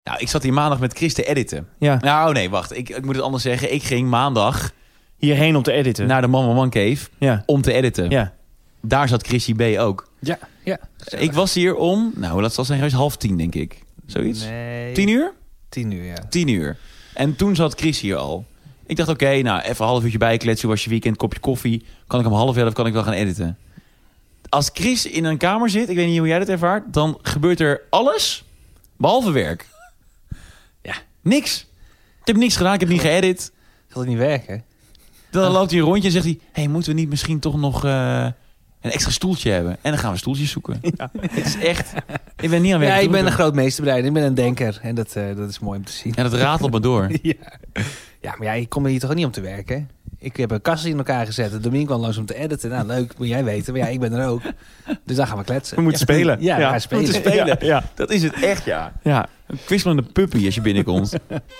Nou, ik zat hier maandag met Chris te editen. Ja. Nou, nee, wacht. Ik moet het anders zeggen. Ik ging maandag Hierheen om te editen. naar de Man Cave om te editen. Ja. Daar zat Chrissy B. ook. Ja. Ik was hier om, nou, dat zal zijn geweest 9:30, denk ik. Zoiets? Nee. 10 uur? 10 uur, ja. 10 uur. En toen zat Chris hier al. Ik dacht, oké, nou, even een half uurtje bijkletsen. Hoe was je weekend? Kopje koffie. Kan ik om 10:30 kan ik wel gaan editen? Als Chris in een kamer zit, ik weet niet hoe jij dat ervaart, dan gebeurt er alles behalve werk. Ja. Niks. Ik heb niks gedaan, ik heb niet geëdit. Gaat het niet werken? Dan loopt hij een rondje en zegt hij, hey, moeten we niet misschien toch nog een extra stoeltje hebben? En dan gaan we stoeltjes zoeken. Ja. Het is echt, ik ben niet aan werk. Ja, ik ben een groot meesterbreider. Ik ben een denker. En dat is mooi om te zien. En dat ratelt me door. Ja, maar ik kom er hier toch niet om te werken? Ik heb een kast in elkaar gezet. Dominique kwam langs om te editen. Nou, leuk, moet jij weten. Maar ja, ik ben er ook. Dus dan gaan we kletsen. We moeten spelen. Ja, we gaan spelen. We moeten spelen. Ja. Dat is het echt, ja. Een kwistelende puppy als je binnenkomt.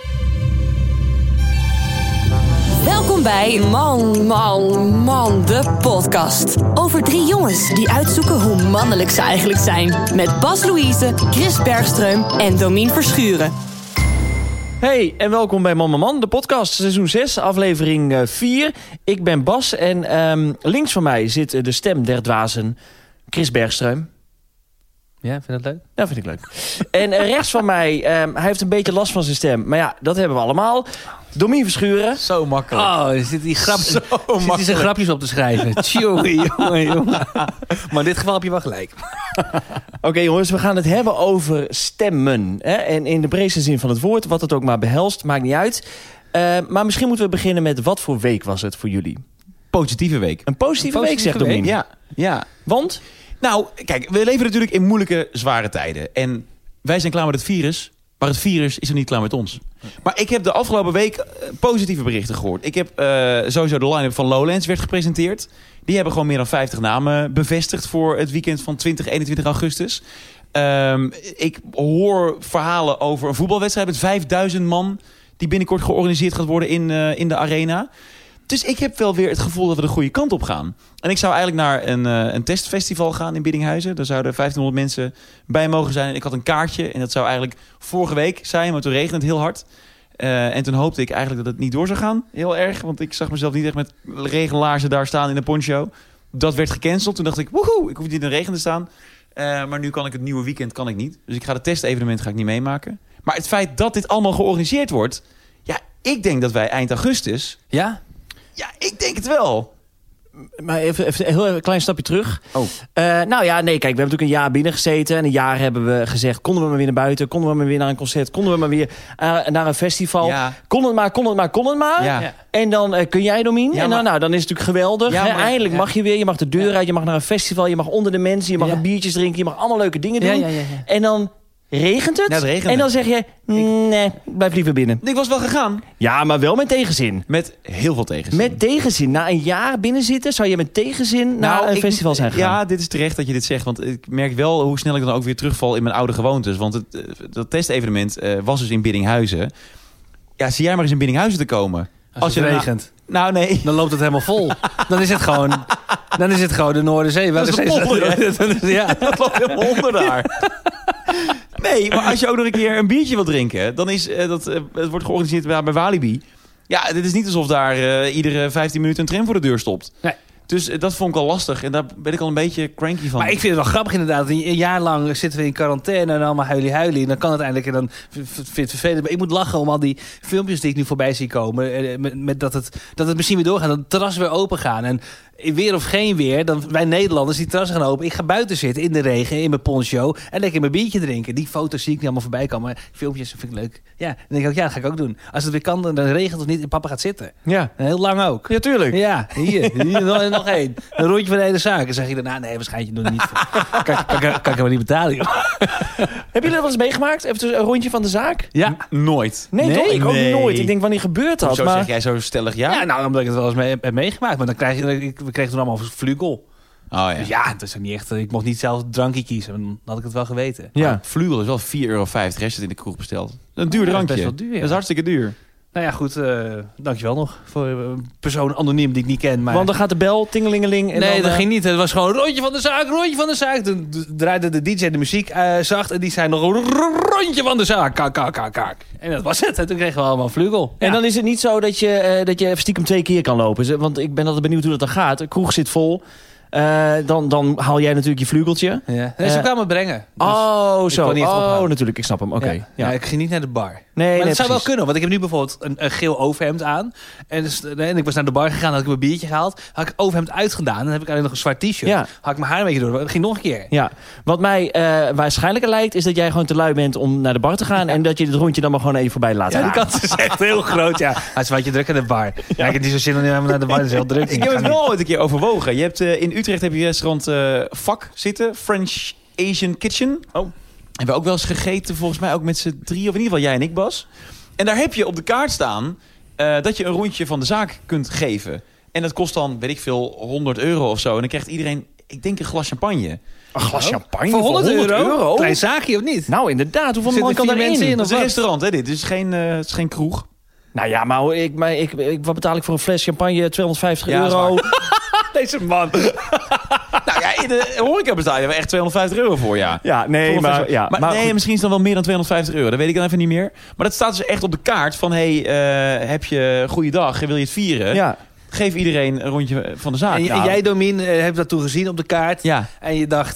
Welkom bij Man, de podcast. Over 3 jongens die uitzoeken hoe mannelijk ze eigenlijk zijn. Met Bas Louise, Chris Bergström en Domien Verschuren. Hey, en welkom bij Man, de podcast. Seizoen 6, aflevering 4. Ik ben Bas en links van mij zit de stem der dwazen, Chris Bergström. Ja, vind je dat leuk? Ja, vind ik leuk. En rechts van mij, hij heeft een beetje last van zijn stem. Maar ja, dat hebben we allemaal. Domien Verschuren. Zo makkelijk. Oh, er zitten die zijn grapjes op te schrijven. Jongen. Maar in dit geval heb je wel gelijk. Oké, jongens, we gaan het hebben over stemmen. Hè? En in de breedste zin van het woord, wat het ook maar behelst, maakt niet uit. Maar misschien moeten we beginnen met wat voor week was het voor jullie? Positieve week. Een positieve week, zegt Domien. Ja. Want? Nou, kijk, we leven natuurlijk in moeilijke, zware tijden. En wij zijn klaar met het virus, maar het virus is er niet klaar met ons. Maar ik heb de afgelopen week positieve berichten gehoord. Ik heb sowieso de line-up van Lowlands werd gepresenteerd. Die hebben gewoon meer dan 50 namen bevestigd voor het weekend van 21 augustus. Ik hoor verhalen over een voetbalwedstrijd met 5000 man die binnenkort georganiseerd gaat worden in de arena. Dus ik heb wel weer het gevoel dat we de goede kant op gaan. En ik zou eigenlijk naar een testfestival gaan in Biddinghuizen. Daar zouden 1500 mensen bij mogen zijn. En ik had een kaartje en dat zou eigenlijk vorige week zijn. Maar toen regende het heel hard. En toen hoopte ik eigenlijk dat het niet door zou gaan. Heel erg, want ik zag mezelf niet echt met regenlaarzen daar staan in de poncho. Dat werd gecanceld. Toen dacht ik, woehoe, ik hoef niet in de regen te staan. Maar nu kan ik het nieuwe weekend niet. Dus ik ga het testevenement niet meemaken. Maar het feit dat dit allemaal georganiseerd wordt. Ja, ik denk dat wij eind augustus... Ja? Ja, ik denk het wel. Maar even een klein stapje terug. Oh. Nou ja, nee, kijk, we hebben natuurlijk een jaar binnen gezeten. En een jaar hebben we gezegd, konden we maar weer naar buiten? Konden we maar weer naar een concert? Konden we maar weer naar een festival? Ja. Kon het maar. Ja. En dan kun jij, Domien. Ja, en dan is het natuurlijk geweldig. Ja, hè? maar- Eindelijk ja. mag je weer. Je mag de deur uit. Je mag naar een festival. Je mag onder de mensen. Je mag een biertjes drinken. Je mag allemaal leuke dingen doen. Ja. En dan regent het. Ja, het regende. En dan zeg je, nee, blijf liever binnen. Ik was wel gegaan. Ja, maar wel met tegenzin. Met heel veel tegenzin. Met tegenzin. Na een jaar binnen zitten, zou je met tegenzin naar een festival zijn gegaan. Ja, dit is terecht dat je dit zegt. Want ik merk wel hoe snel ik dan ook weer terugval in mijn oude gewoontes. Want dat testevenement was dus in Biddinghuizen. Ja, zie jij maar eens in Biddinghuizen te komen. Als het regent. Nou, nee. Dan loopt het helemaal vol. Dan is het gewoon de Noorderzee. Dat is een polder, hè? Ja. Dat loopt helemaal onder daar. Nee, maar als je ook nog een keer een biertje wil drinken... dan is het wordt georganiseerd bij Walibi. Ja, dit is niet alsof daar iedere 15 minuten een tram voor de deur stopt. Nee. Dus dat vond ik al lastig. En daar ben ik al een beetje cranky van. Maar ik vind het wel grappig inderdaad. Een jaar lang zitten we in quarantaine en allemaal huilie. En dan kan het eindelijk. En dan vind ik het vervelend. Maar ik moet lachen om al die filmpjes die ik nu voorbij zie komen. Met dat het misschien weer doorgaat. Dat het terras weer open gaan. En weer of geen weer. Dan wij Nederlanders die terrassen gaan open. Ik ga buiten zitten in de regen in mijn poncho. En lekker mijn biertje drinken. Die foto's zie ik niet allemaal voorbij komen. Maar filmpjes vind ik leuk. Ja, dan denk ik ook, ja, dat ga ik ook doen. Als het weer kan, dan regent het of niet. En papa gaat zitten. Ja. En heel lang ook. Ja, tuurlijk. Ja, hier nog één. Een rondje van de hele zaak. En zeg je daarna, nee, waarschijnlijk nog niet. Kan ik hem niet betalen, joh. Hebben jullie dat wel eens meegemaakt? Even een rondje van de zaak? Ja. Nooit. Nee, toch? Ik ook Nee. nooit. Ik denk, wanneer gebeurt dat? Zo Maar zeg jij zo stellig ja? Ja, nou, omdat ik het wel eens heb meegemaakt. Maar dan we kregen toen allemaal vlugel. Oh ja. Dus ja, het is ook niet echt. Ik mocht niet zelf drankje kiezen. Dan had ik het wel geweten. ja. Vlugel is wel €4,50. Rest het in de kroeg besteld. Een duur dat is drankje. best wel duur, ja. Dat is hartstikke duur. Nou ja, goed. Dankjewel nog voor een persoon anoniem die ik niet ken. Maar... Want dan gaat de bel, tingelingeling. En Nee, dan, dat ging niet. Het was gewoon rondje van de zaak, rondje van de zaak. Toen draaide de DJ de muziek zacht en die zei nog rondje van de zaak. Kak. En dat was het. En toen kregen we allemaal vlugel. En dan is het niet zo dat je even stiekem 2 keer kan lopen. Want ik ben altijd benieuwd hoe dat dan gaat. De kroeg zit vol. Dan haal jij natuurlijk je vlugeltje. Ja. Nee, ze kwamen brengen. Dus Zo. kon niet even ophalen. Natuurlijk. Ik snap hem. Oké. Ja, ik ging niet naar de bar. Nee, Maar dat zou wel precies. kunnen, want ik heb nu bijvoorbeeld een geel overhemd aan. En ik was naar de bar gegaan, had ik mijn biertje gehaald. Had ik overhemd uitgedaan. Dan heb ik alleen nog een zwart t-shirt. Ja. Had ik mijn haar een beetje door. Dat ging nog een keer. Ja, wat mij waarschijnlijker lijkt is dat jij gewoon te lui bent om naar de bar te gaan en dat je dit rondje dan maar gewoon even voorbij laat Ja, gaan. die kans is echt heel groot, ja. Het is wat je druk in de bar. Ja, ik heb niet zo zin om naar de bar, dat is heel druk. Ik heb het wel ooit een keer overwogen. Je hebt, in Utrecht heb je restaurant Vak zitten. French Asian Kitchen. Oh. Hebben we ook wel eens gegeten, volgens mij ook met z'n 3. Of in ieder geval jij en ik, Bas. En daar heb je op de kaart staan dat je een rondje van de zaak kunt geven. En dat kost dan, weet ik veel, €100 of zo. En dan krijgt iedereen, ik denk, een glas champagne. Een glas champagne Voor 100 euro? Klein Klein zaakje of niet? Nou, inderdaad. Hoeveel Zitten man kan 4 daarin? mensen in? Dat is een wat? restaurant, hè, dit. Het is geen kroeg. Nou ja, maar wat betaal ik voor een fles champagne? €250. Ja, dat is Deze man. Nou ja, in de horeca betaal je wel echt €250 voor, ja. Ja, nee, Voor een fles- maar nee, goed. misschien is het dan wel meer dan €250. Dat weet ik dan even niet meer. Maar dat staat dus echt op de kaart van... heb je een goede dag en wil je het vieren? Ja. Geef iedereen een rondje van de zaak. En Nou, jij, Domien, hebt dat toen gezien op de kaart. Ja. En je dacht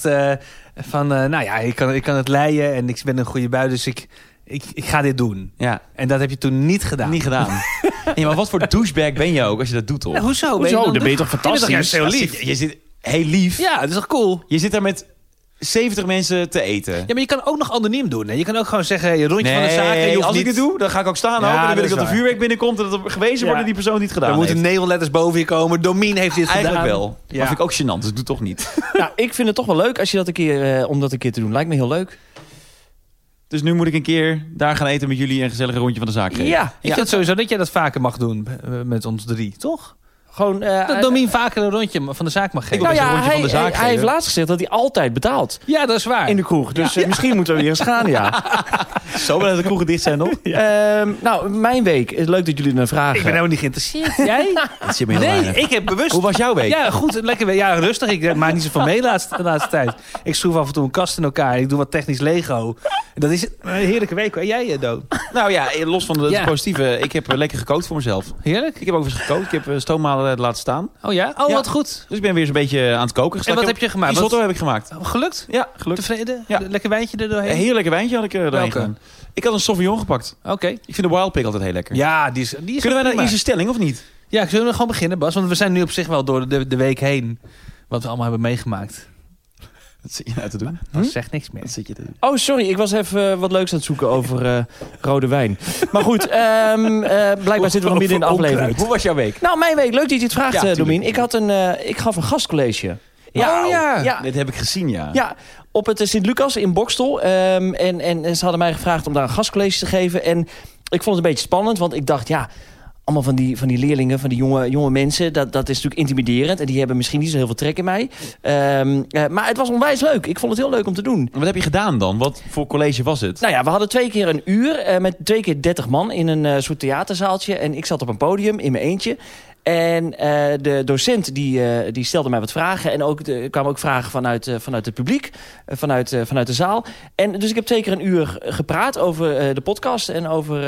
nou ja, ik kan het leiden en ik ben een goede bui, dus ik ga dit doen. Ja, En dat heb je toen niet gedaan. niet gedaan. Ja, maar wat voor douchebag ben je ook als je dat doet, toch? Nou, hoezo? Hoezo? Dan ben je toch Je bent toch fantastisch? juist heel lief? Je zit heel lief. Ja, dat is toch cool? Je zit daar met 70 mensen te eten. Ja, maar je kan ook nog anoniem doen. Hè? Je kan ook gewoon zeggen, je rondje van de zaak. En je hoeft als niet... ik het doe, dan ga ik ook staan. Ja, ook, en dan dat wil ik is dat de waar. vuurwerk binnenkomt... en dat er gewezen wordt Ja. door die persoon die het gedaan Er moeten heeft. neonletters boven je komen. Domien heeft dit Eigenlijk gedaan. wel. Ja. Maar vind ik ook gênant, dus ik doe het toch niet. Nou, ik vind het toch wel leuk als je dat een keer, om dat een keer te doen. Lijkt me heel leuk. Dus nu moet ik een keer daar gaan eten met jullie... en een gezellig rondje van de zaak geven. Ja, Ik vind sowieso dat jij dat vaker mag doen met ons 3, toch? gewoon... Dat Domien vaker een rondje van de zaak mag geven. wil nou best ja, een rondje van de zaak hij heeft geven. laatst gezegd dat hij altijd betaalt Ja, dat is waar. in de kroeg. Dus misschien moeten we weer eens gaan, ja. Zo wel dat de kroegen dicht zijn nog. Nou, mijn week. Leuk dat jullie naar vragen. Ik ben helemaal niet geïnteresseerd. Jij? Dat zit me heel Nee, weinig. ik heb bewust... Hoe was jouw week? Ja, goed. Lekker. Ja, rustig. Ik maak niet zoveel mee de laatste tijd. Ik schroef af en toe een kast in elkaar. Ik doe wat technisch Lego. Dat is een heerlijke week. Hoor. Jij, Do? Nou ja, los van het Ja. positieve. Ik heb lekker gekookt voor mezelf. Heerlijk. Ik heb ook eens gekookt. Ik heb stoommalen laten staan. Oh ja? Oh, Ja. wat goed. Dus ik ben weer eens een beetje aan het koken. En wat heb je gemaakt? Risotto heb ik gemaakt. Gelukt? Ja, gelukt. Tevreden? Ja. Lekker wijntje er doorheen? Een heel lekker wijntje had ik doorheen Welke? gedaan. Ik had een Sauvignon gepakt. Oké. Ik vind de Wild Pig altijd heel lekker. Ja, die is Kunnen wij naar prima. eerste stelling of niet? Ja, zullen we gewoon beginnen, Bas? Want we zijn nu op zich wel door de week heen. Wat we allemaal hebben meegemaakt. Wat zit je nou te doen? Dat zegt niks meer. Wat zit je te doen? Oh, sorry. Ik was even wat leuks aan het zoeken over rode wijn. Maar goed, blijkbaar zitten we nog midden in de aflevering. Hoe was jouw week? Nou, mijn week. Leuk dat je het vraagt, Ja, tuurlijk. Domien. Ik gaf een gastcollege. Oh ja. Ja. Dit heb ik gezien, ja. Ja, op het Sint-Lucas in Bokstel. En ze hadden mij gevraagd om daar een gastcollege te geven. En ik vond het een beetje spannend, want ik dacht, ja... Allemaal van die leerlingen, van die jonge mensen. Dat is natuurlijk intimiderend. En die hebben misschien niet zo heel veel trek in mij. Maar het was onwijs leuk. Ik vond het heel leuk om te doen. Wat heb je gedaan dan? Wat voor college was het? Nou ja, we hadden 2 keer een uur. Met 2 keer 30 man in een soort theaterzaaltje. En ik zat op een podium in mijn eentje. En de docent die stelde mij wat vragen. En er kwamen ook vragen vanuit het publiek. Vanuit de zaal. En dus ik heb 2 keer een uur gepraat over de podcast. En over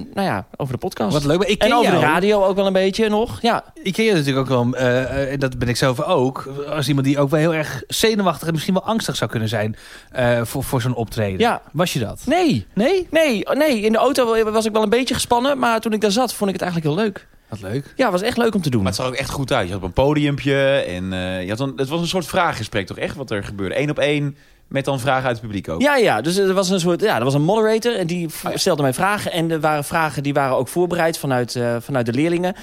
de podcast. Wat leuk. Maar ik ken En over jou. de radio ook wel een beetje nog. Ja. Ik ken je natuurlijk ook wel, en dat ben ik zelf ook, als iemand die ook wel heel erg zenuwachtig en misschien wel angstig zou kunnen zijn voor zo'n optreden. Ja. Was je dat? Nee. Nee? Nee, in de auto was ik wel een beetje gespannen. Maar toen ik daar zat, vond ik het eigenlijk heel leuk. Wat leuk. Ja, het was echt leuk om te doen. Maar het zag ook echt goed uit. Je had op een podiumpje en het was een soort vraaggesprek toch echt wat er gebeurde. 1 op 1 met dan vragen uit het publiek ook. Ja, dus er was een moderator en die stelde mij vragen. En er waren vragen die waren ook voorbereid vanuit de leerlingen.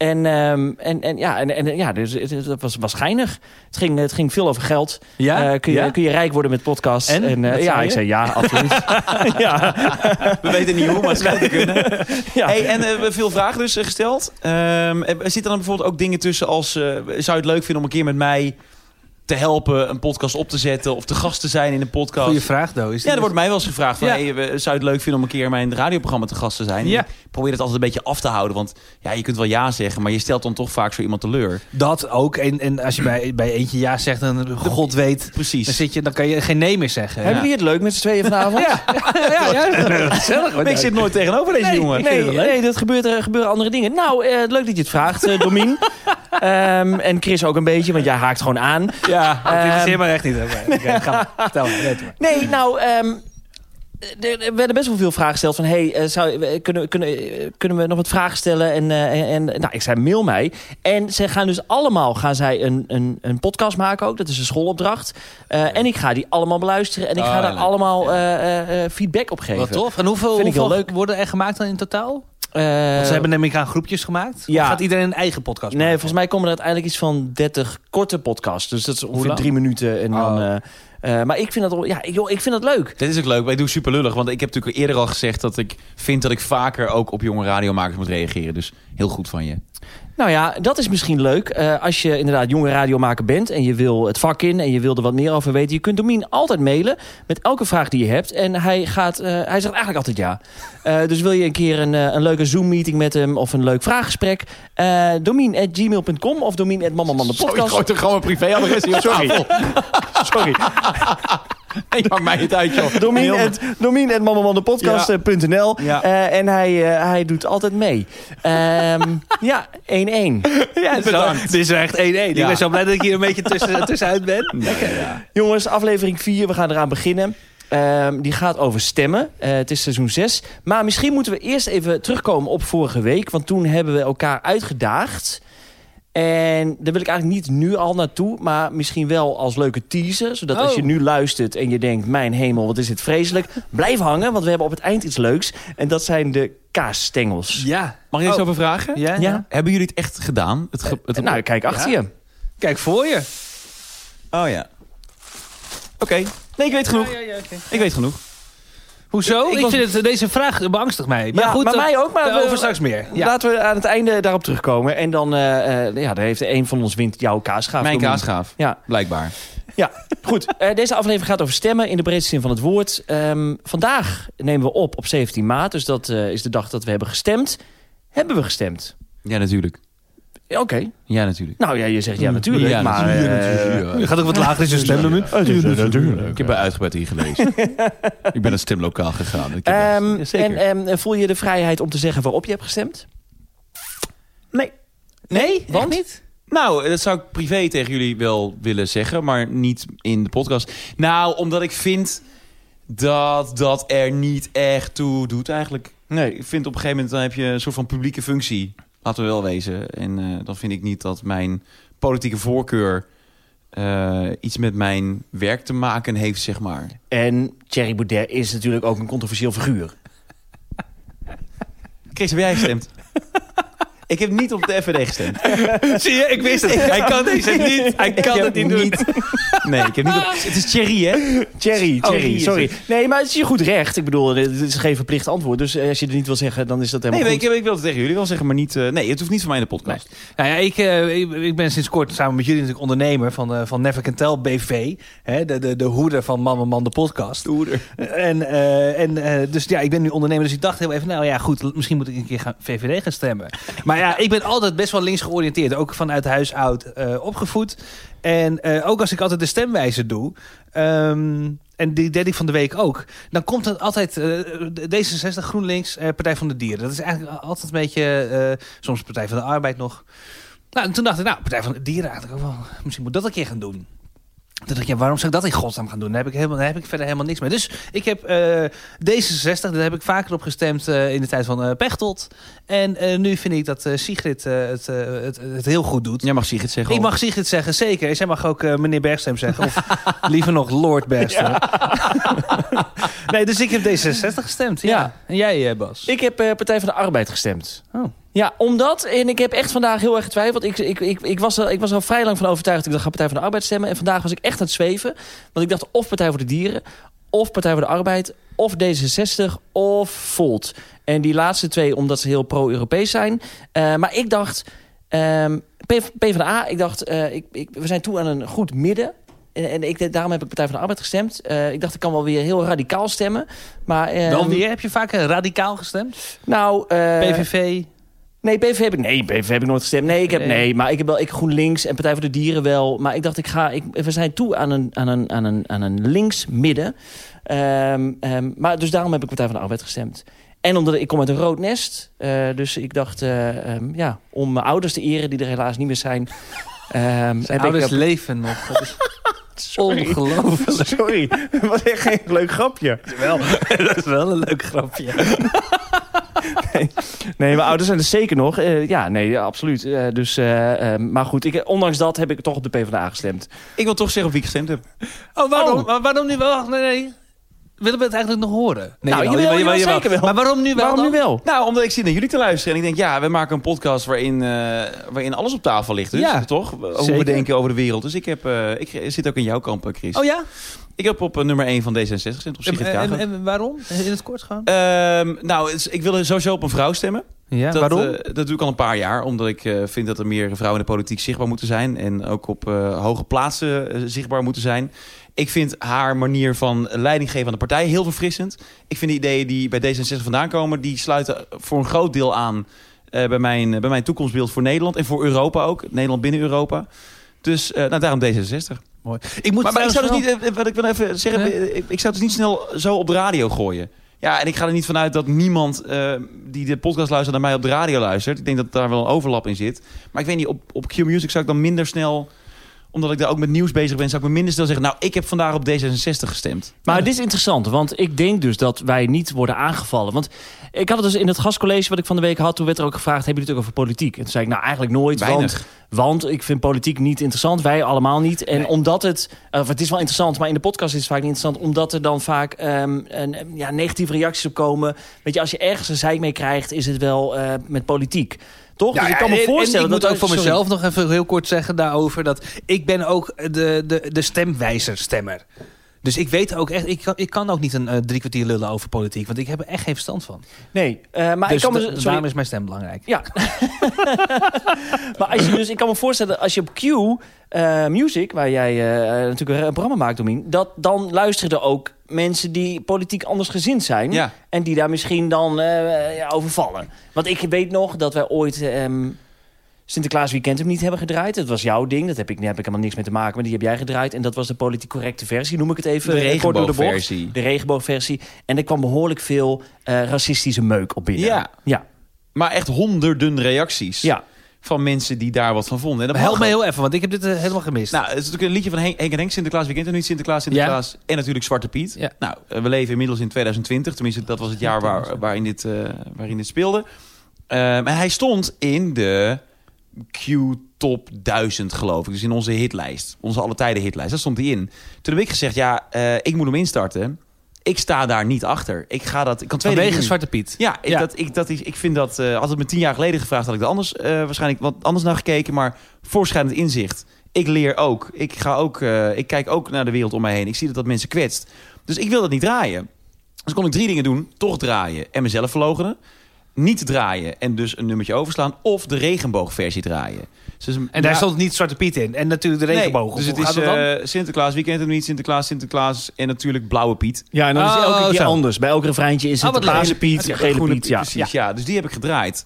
Dus het was geinig. Het ging veel over geld. Ja? Kun je rijk worden met podcasts? En? Wat zei je? Ik zei ja, absoluut. Ja. We weten niet hoe, maar het schijnt te kunnen. Ja. Hey, en we hebben veel vragen dus gesteld. Er zitten dan bijvoorbeeld ook dingen tussen als... zou je het leuk vinden om een keer met mij te helpen een podcast op te zetten of te gast te zijn in een podcast. Goeie vraag, Do. Ja, er wordt mij wel eens gevraagd van, Ja. hey, zou je het leuk vinden om een keer in mijn radioprogramma te gast te zijn? Ja. Ik probeer het altijd een beetje af te houden, want ja, je kunt wel ja zeggen, maar je stelt dan toch vaak zo iemand teleur. Dat ook. En als je bij eentje ja zegt, dan God weet, Precies. dan kan je geen nee meer zeggen. Hebben jullie het leuk met z'n tweeën vanavond? Gezellig. Maar ik zit nooit tegenover deze jongen. Nee, dat gebeuren andere dingen. Nou, leuk dat je het vraagt, Domien. En Chris ook een beetje, want jij haakt gewoon aan. Ja, dit interesseert me echt niet. Oké, ga maar. Vertel maar. Weet maar. Nee, nou, er werden best wel veel vragen gesteld van... kunnen we nog wat vragen stellen? En nou, ik zei, mail mij. En ze gaan dus allemaal een podcast maken ook. Dat is een schoolopdracht. En ik ga die allemaal beluisteren. En ik ga daar allemaal feedback op geven. Wat tof. En hoeveel leuk. worden er gemaakt dan in totaal? Want Want ze hebben namelijk aan groepjes gemaakt. Ja. Of gaat iedereen een eigen podcast Nee, maken? volgens mij komen er uiteindelijk iets van 30 korte podcasts. Dus dat is ongeveer lang? 3 minuten. En dan, maar ik vind dat, ik vind dat leuk. Dit is ook leuk, maar ik doe super lullig. Want ik heb natuurlijk eerder al gezegd dat ik vind dat ik vaker ook op jonge radiomakers moet reageren. Dus heel goed van je. Nou ja, dat is misschien leuk. Als je inderdaad jonge radiomaker bent en je wil het vak in en je wil er wat meer over weten. Je kunt Domien altijd mailen met elke vraag die je hebt. En hij zegt eigenlijk altijd ja. Dus wil je een keer een leuke Zoom-meeting met hem of een leuk vraaggesprek? Domien@gmail.com of Domien@mamamandepodcast. Ik gooi toch gewoon mijn privéadres hier op tafel. Sorry. Ik maak mij niet uit, joh. Domien@mamamandepodcast.nl. Ja. En hij doet altijd mee. Ja, 1-1. Ja, bedankt. Dit is echt 1-1. Ik ben zo blij dat ik hier een beetje tussenuit ben. Jongens, aflevering 4, we gaan eraan beginnen. Die gaat over stemmen. Het is seizoen 6. Maar misschien moeten we eerst even terugkomen op vorige week. Want toen hebben we elkaar uitgedaagd. En daar wil ik eigenlijk niet nu al naartoe. Maar misschien wel als leuke teaser. Zodat als je nu luistert en je denkt... mijn hemel, wat is dit vreselijk. Blijf hangen, want we hebben op het eind iets leuks. En dat zijn de kaasstengels. Ja. Mag ik iets over vragen? Ja? Ja. Hebben jullie het echt gedaan? Nou, kijk achter je. Kijk voor je. Oh ja. Oké. Nee, ik weet genoeg. Oké. Ik weet genoeg. Hoezo? Ik Ik was- vind deze vraag beangstigt mij. Maar Ja, goed, maar mij ook. Maar daarover straks meer. Ja. Laten we aan het einde daarop terugkomen. En dan daar heeft een van ons wint jouw kaasgaaf. Mijn Domien. kaasgaaf. Ja. Blijkbaar. Ja, goed. Deze aflevering gaat over stemmen in de breedste zin van het woord. Vandaag nemen we op 17 maart. Dus dat is de dag dat we hebben gestemd. Hebben we gestemd? Ja, natuurlijk. Oké. Ja, natuurlijk. Nou ja, je zegt ja natuurlijk. Ja, maar, natuurlijk. Je gaat ook wat lager in zijn stem doen nu. Ik heb bij uitgebreid ingelezen. Ik ben het stemlokaal gegaan. Ik heb zeker. en voel je de vrijheid om te zeggen waarop je hebt gestemd? Nee. Nee? Want? niet? Nou, dat zou ik privé tegen jullie wel willen zeggen, maar niet in de podcast. Nou, omdat ik vind dat er niet echt toe doet eigenlijk. Nee, ik vind op een gegeven moment dan heb je een soort van publieke functie. Laten we wel wezen. En dan vind ik niet dat mijn politieke voorkeur iets met mijn werk te maken heeft, zeg maar. En Thierry Baudet is natuurlijk ook een controversieel figuur. Chris, heb jij gestemd? Ik heb niet op de FVD gestemd. Zie je, ik wist het. Hij kan deze niet. Hij kan het niet doen. Nee, ik heb niet op... Het is Thierry, hè? Thierry, Thierry, sorry. Nee, maar het is je goed recht. Ik bedoel, het is geen verplicht antwoord. Dus als je het niet wil zeggen, dan is dat helemaal Nee, goed. ik wil het tegen jullie wel zeggen, maar niet... nee, het hoeft niet voor mij in de podcast. Nou ja, ik ben sinds kort samen met jullie natuurlijk ondernemer van Never Can Tell BV. Hè, de hoeder van Man Man de podcast. Hoeder. Dus ja, ik ben nu ondernemer. Dus ik dacht heel even, nou ja, goed, misschien moet ik een keer VVD gaan stemmen. Maar ja, ik ben altijd best wel links georiënteerd. Ook vanuit huis oud opgevoed. En ook als ik altijd de stemwijzer doe... en die deed ik van de week ook. Dan komt het altijd D66, GroenLinks, Partij van de Dieren. Dat is eigenlijk altijd een beetje... soms Partij van de Arbeid nog. Nou, en toen dacht ik, Partij van de Dieren eigenlijk ook wel... Misschien moet dat een keer gaan doen. Toen dacht ik, ja, waarom zou ik dat in godsnaam gaan doen? Daar heb ik verder helemaal niks mee. Dus ik heb D66, daar heb ik vaker op gestemd in de tijd van Pechtold. En nu vind ik dat Sigrid het heel goed doet. Jij mag Sigrid zeggen. Ik mag Sigrid zeggen, zeker. En zij mag ook meneer Bergström zeggen. Of liever nog Lord Bergström. Nee, dus ik heb D66 gestemd. Ja. Ja. En jij, Bas? Ik heb Partij van de Arbeid gestemd. Oh. Ja, omdat, en ik heb echt vandaag heel erg getwijfeld. Ik was er al vrij lang van overtuigd dat ik ga Partij van de Arbeid stemmen. En vandaag was ik echt aan het zweven. Want ik dacht of Partij voor de Dieren, of Partij voor de Arbeid, of D66, of Volt. En die laatste twee, omdat ze heel pro-Europees zijn. Maar ik dacht, PvdA, ik dacht, we zijn toe aan een goed midden. En daarom heb ik Partij van de Arbeid gestemd. Ik dacht, ik kan wel weer heel radicaal stemmen. Maar, Dan weer heb je vaak radicaal gestemd? Nou, PVV? Nee, PVV heb ik nooit gestemd. Maar ik heb GroenLinks en Partij voor de Dieren wel. Maar ik dacht, we zijn toe aan een links midden. Maar dus daarom heb ik Partij van de Arbeid gestemd. En omdat ik kom uit een rood nest. Dus ik dacht, om mijn ouders te eren, die er helaas niet meer zijn. Zijn ouders leven nog. Dat is ongelooflijk. Sorry, dat was echt geen leuk grapje. Dat is wel een leuk grapje. Nee, mijn ouders zijn er zeker nog. Absoluut. Maar goed, ondanks dat heb ik toch op de PvdA gestemd. Ik wil toch zeggen op wie ik gestemd heb. Oh, waarom? Waarom nu wel? Nee. Willen we het eigenlijk nog horen? Nee, jawel, zeker wel. Maar waarom nu wel? Waarom nu wel? Nou, omdat ik zit naar jullie te luisteren. En ik denk, we maken een podcast waarin alles op tafel ligt. Dus, toch? Hoe we denken over de wereld. Dus ik zit ook in jouw kamp, Chris. Oh ja? Ik heb op nummer 1 van D66 gestemd. Op Sigrid Kaag. En waarom? In het kort gewoon? Ik wil sowieso op een vrouw stemmen. Ja, waarom? Dat doe ik al een paar jaar. Omdat ik vind dat er meer vrouwen in de politiek zichtbaar moeten zijn. En ook op hoge plaatsen zichtbaar moeten zijn. Ik vind haar manier van leiding geven aan de partij heel verfrissend. Ik vind de ideeën die bij D66 vandaan komen, die sluiten voor een groot deel aan bij mijn toekomstbeeld voor Nederland. En voor Europa ook. Nederland binnen Europa. Dus daarom D66. Mooi. Ik zou dus niet, wat ik wil even zeggen, ik zou het dus niet snel zo op de radio gooien. Ja, en ik ga er niet vanuit dat niemand die de podcast luistert naar mij op de radio luistert. Ik denk dat daar wel een overlap in zit. Maar ik weet niet, op Q-Music zou ik dan minder snel, omdat ik daar ook met nieuws bezig ben, zou ik me minder snel zeggen, nou, ik heb vandaag op D66 gestemd. Maar dit is interessant, want ik denk dus dat wij niet worden aangevallen. Want ik had het dus in het gastcollege wat ik van de week had, toen werd er ook gevraagd, hebben jullie het ook over politiek? En toen zei ik, nou, eigenlijk nooit, want ik vind politiek niet interessant. Wij allemaal niet. En omdat het is wel interessant, maar in de podcast is het vaak niet interessant, omdat er dan vaak negatieve reacties op komen. Weet je, als je ergens een zeik mee krijgt, is het wel met politiek. Toch? Dus ik kan me voorstellen ik moet ook voor mezelf nog even heel kort zeggen daarover, dat ik ben ook de stemwijzer-stemmer. Dus ik weet ook echt, ik kan ook niet een 3 kwartier lullen over politiek, want ik heb er echt geen verstand van. Nee, maar dus ik kan daarom is mijn stem belangrijk. Ja. Maar ik kan me voorstellen, als je op Q Music, waar jij natuurlijk een programma maakt, Domien, dan luisteren er ook mensen die politiek andersgezind zijn. Ja. En die daar misschien dan over vallen. Want ik weet nog dat wij ooit Sinterklaas Weekend hem niet hebben gedraaid. Dat was jouw ding. Dat heb ik helemaal niks mee te maken. Maar die heb jij gedraaid. En dat was de politiek correcte versie. Noem ik het even. De regenboogversie. De regenboogversie. En er kwam behoorlijk veel racistische meuk op binnen. Ja. Maar echt honderden reacties. Ja. Van mensen die daar wat van vonden. En help me heel even, want ik heb dit helemaal gemist. Nou, het is natuurlijk een liedje van Henk en Henk, Sinterklaas Weekend en niet Sinterklaas. En natuurlijk Zwarte Piet. Ja. Nou, we leven inmiddels in 2020. Tenminste, dat was het jaar waarin dit speelde. En hij stond in de Q Top 1000, geloof ik. Dus in onze hitlijst. Onze alle tijden hitlijst. Daar stond hij in. Toen heb ik gezegd, ik moet hem instarten. Ik sta daar niet achter. Ik kan vanwege Zwarte Piet. Ja, ik vind dat... had het me 10 jaar geleden gevraagd, had ik er anders waarschijnlijk wat anders naar gekeken. Maar voorschrijdend inzicht. Ik leer ook. Ik kijk ook naar de wereld om mij heen. Ik zie dat mensen kwetst. Dus ik wil dat niet draaien. Dus kon ik 3 dingen doen. Toch draaien en mezelf verloochenen. Niet draaien en dus een nummertje overslaan. Of de regenboogversie draaien. Dus en daar stond niet Zwarte Piet in. En natuurlijk de regenboog. Nee, dus het is Sinterklaas Weekend en niet Sinterklaas en natuurlijk Blauwe Piet. Ja, en dan is elke keer anders. Bij elk refreintje is het Paarse Piet, gele Piet. Ja. Precies, ja. Dus die heb ik gedraaid.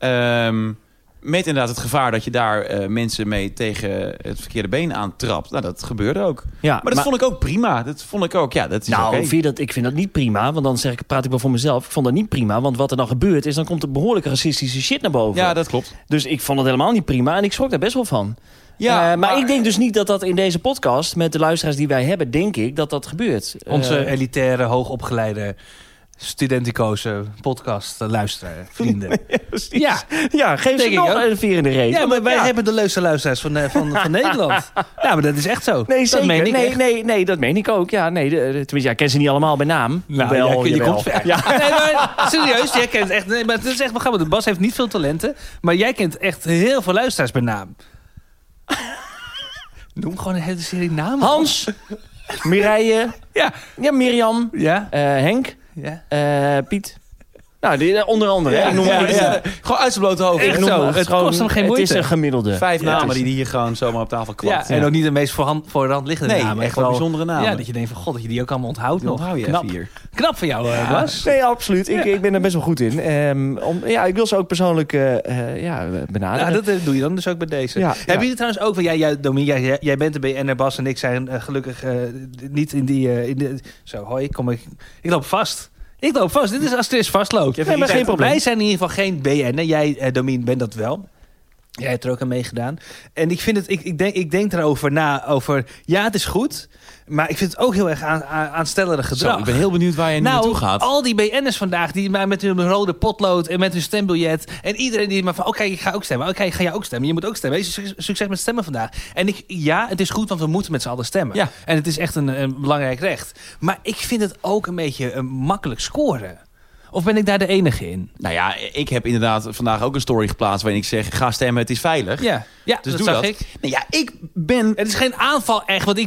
Met inderdaad het gevaar dat je daar mensen mee tegen het verkeerde been aantrapt. Nou, dat gebeurde ook. Ja, maar dat vond ik ook prima. Dat vond ik ook, dat is oké. Ik vind dat niet prima, want dan praat ik wel voor mezelf. Ik vond dat niet prima, want wat er dan gebeurt is, dan komt er behoorlijke racistische shit naar boven. Ja, dat klopt. Dus ik vond het helemaal niet prima en ik schrok daar best wel van. Ja, maar ik denk dus niet dat in deze podcast, met de luisteraars die wij hebben, denk ik dat gebeurt. Onze elitaire, hoogopgeleide, studenticoze podcast luisteraar, vrienden. Ja, geef ze nog een 4 in de reet. Ja, maar wij hebben de leukste luisteraars van Nederland. Ja, maar dat is echt zo. Nee, zeker. Dat meen ik nee, dat meen ik ook. Ja, nee, tenminste, ik ken ze niet allemaal bij naam. Nou, je komt ver. Ja. Nee, maar serieus, jij kent echt... Nee, maar het is echt begabberd. De Bas heeft niet veel talenten, maar jij kent echt heel veel luisteraars bij naam. Noem gewoon een hele serie namen. Hans, Mireille, Mirjam, Henk, Piet. Nou, onder andere. Ja, ik noem gewoon uit zijn blote hoofd. Echt zo. Het kost hem geen moeite. Het is een gemiddelde. 5 namen die hier gewoon zomaar op tafel kwakt. Ja, en ook niet de meest voor de hand liggende Nee, namen. echt wel bijzondere namen. Ja, dat je denkt van god, dat je die ook allemaal onthoudt. Die onthoud je Knap. even hier. Knap van jou, Bas. Nee, absoluut. Ik ben er best wel goed in. Ik wil ze ook persoonlijk benaderen. Ja, dat doe je dan dus ook bij deze. Ja, Hebben jullie trouwens ook... Domien, jij bent de BN'er, Bas en ik zijn gelukkig niet in die... Zo, hoi, ik loop vast. Ik loop vast. Dit is als Chris vastloopt. Nee, maar geen probleem. Wij zijn in ieder geval geen BN'er. Jij, Domien, bent dat wel. Jij hebt er ook aan meegedaan. En ik vind het, ik denk erover na. Ja, het is goed. Maar ik vind het ook heel erg aanstellerig gedrag. Zo, ik ben heel benieuwd waar je nu naartoe gaat. Al die BN'ers vandaag, die maar met hun rode potlood en met hun stembiljet. En iedereen die maar van, oké, ik ga ook stemmen. Oké, ga jij ook stemmen? Je moet ook stemmen. Succes met stemmen vandaag. En het is goed, want we moeten met z'n allen stemmen. Ja. En het is echt een belangrijk recht. Maar ik vind het ook een beetje makkelijk scoren. Of ben ik daar de enige in? Nou ja, ik heb inderdaad vandaag ook een story geplaatst waarin ik zeg, ga stemmen, het is veilig. Ja, Dus dat doe zag dat. ik. Nee, ja, ik ben... Het is geen aanval echt, want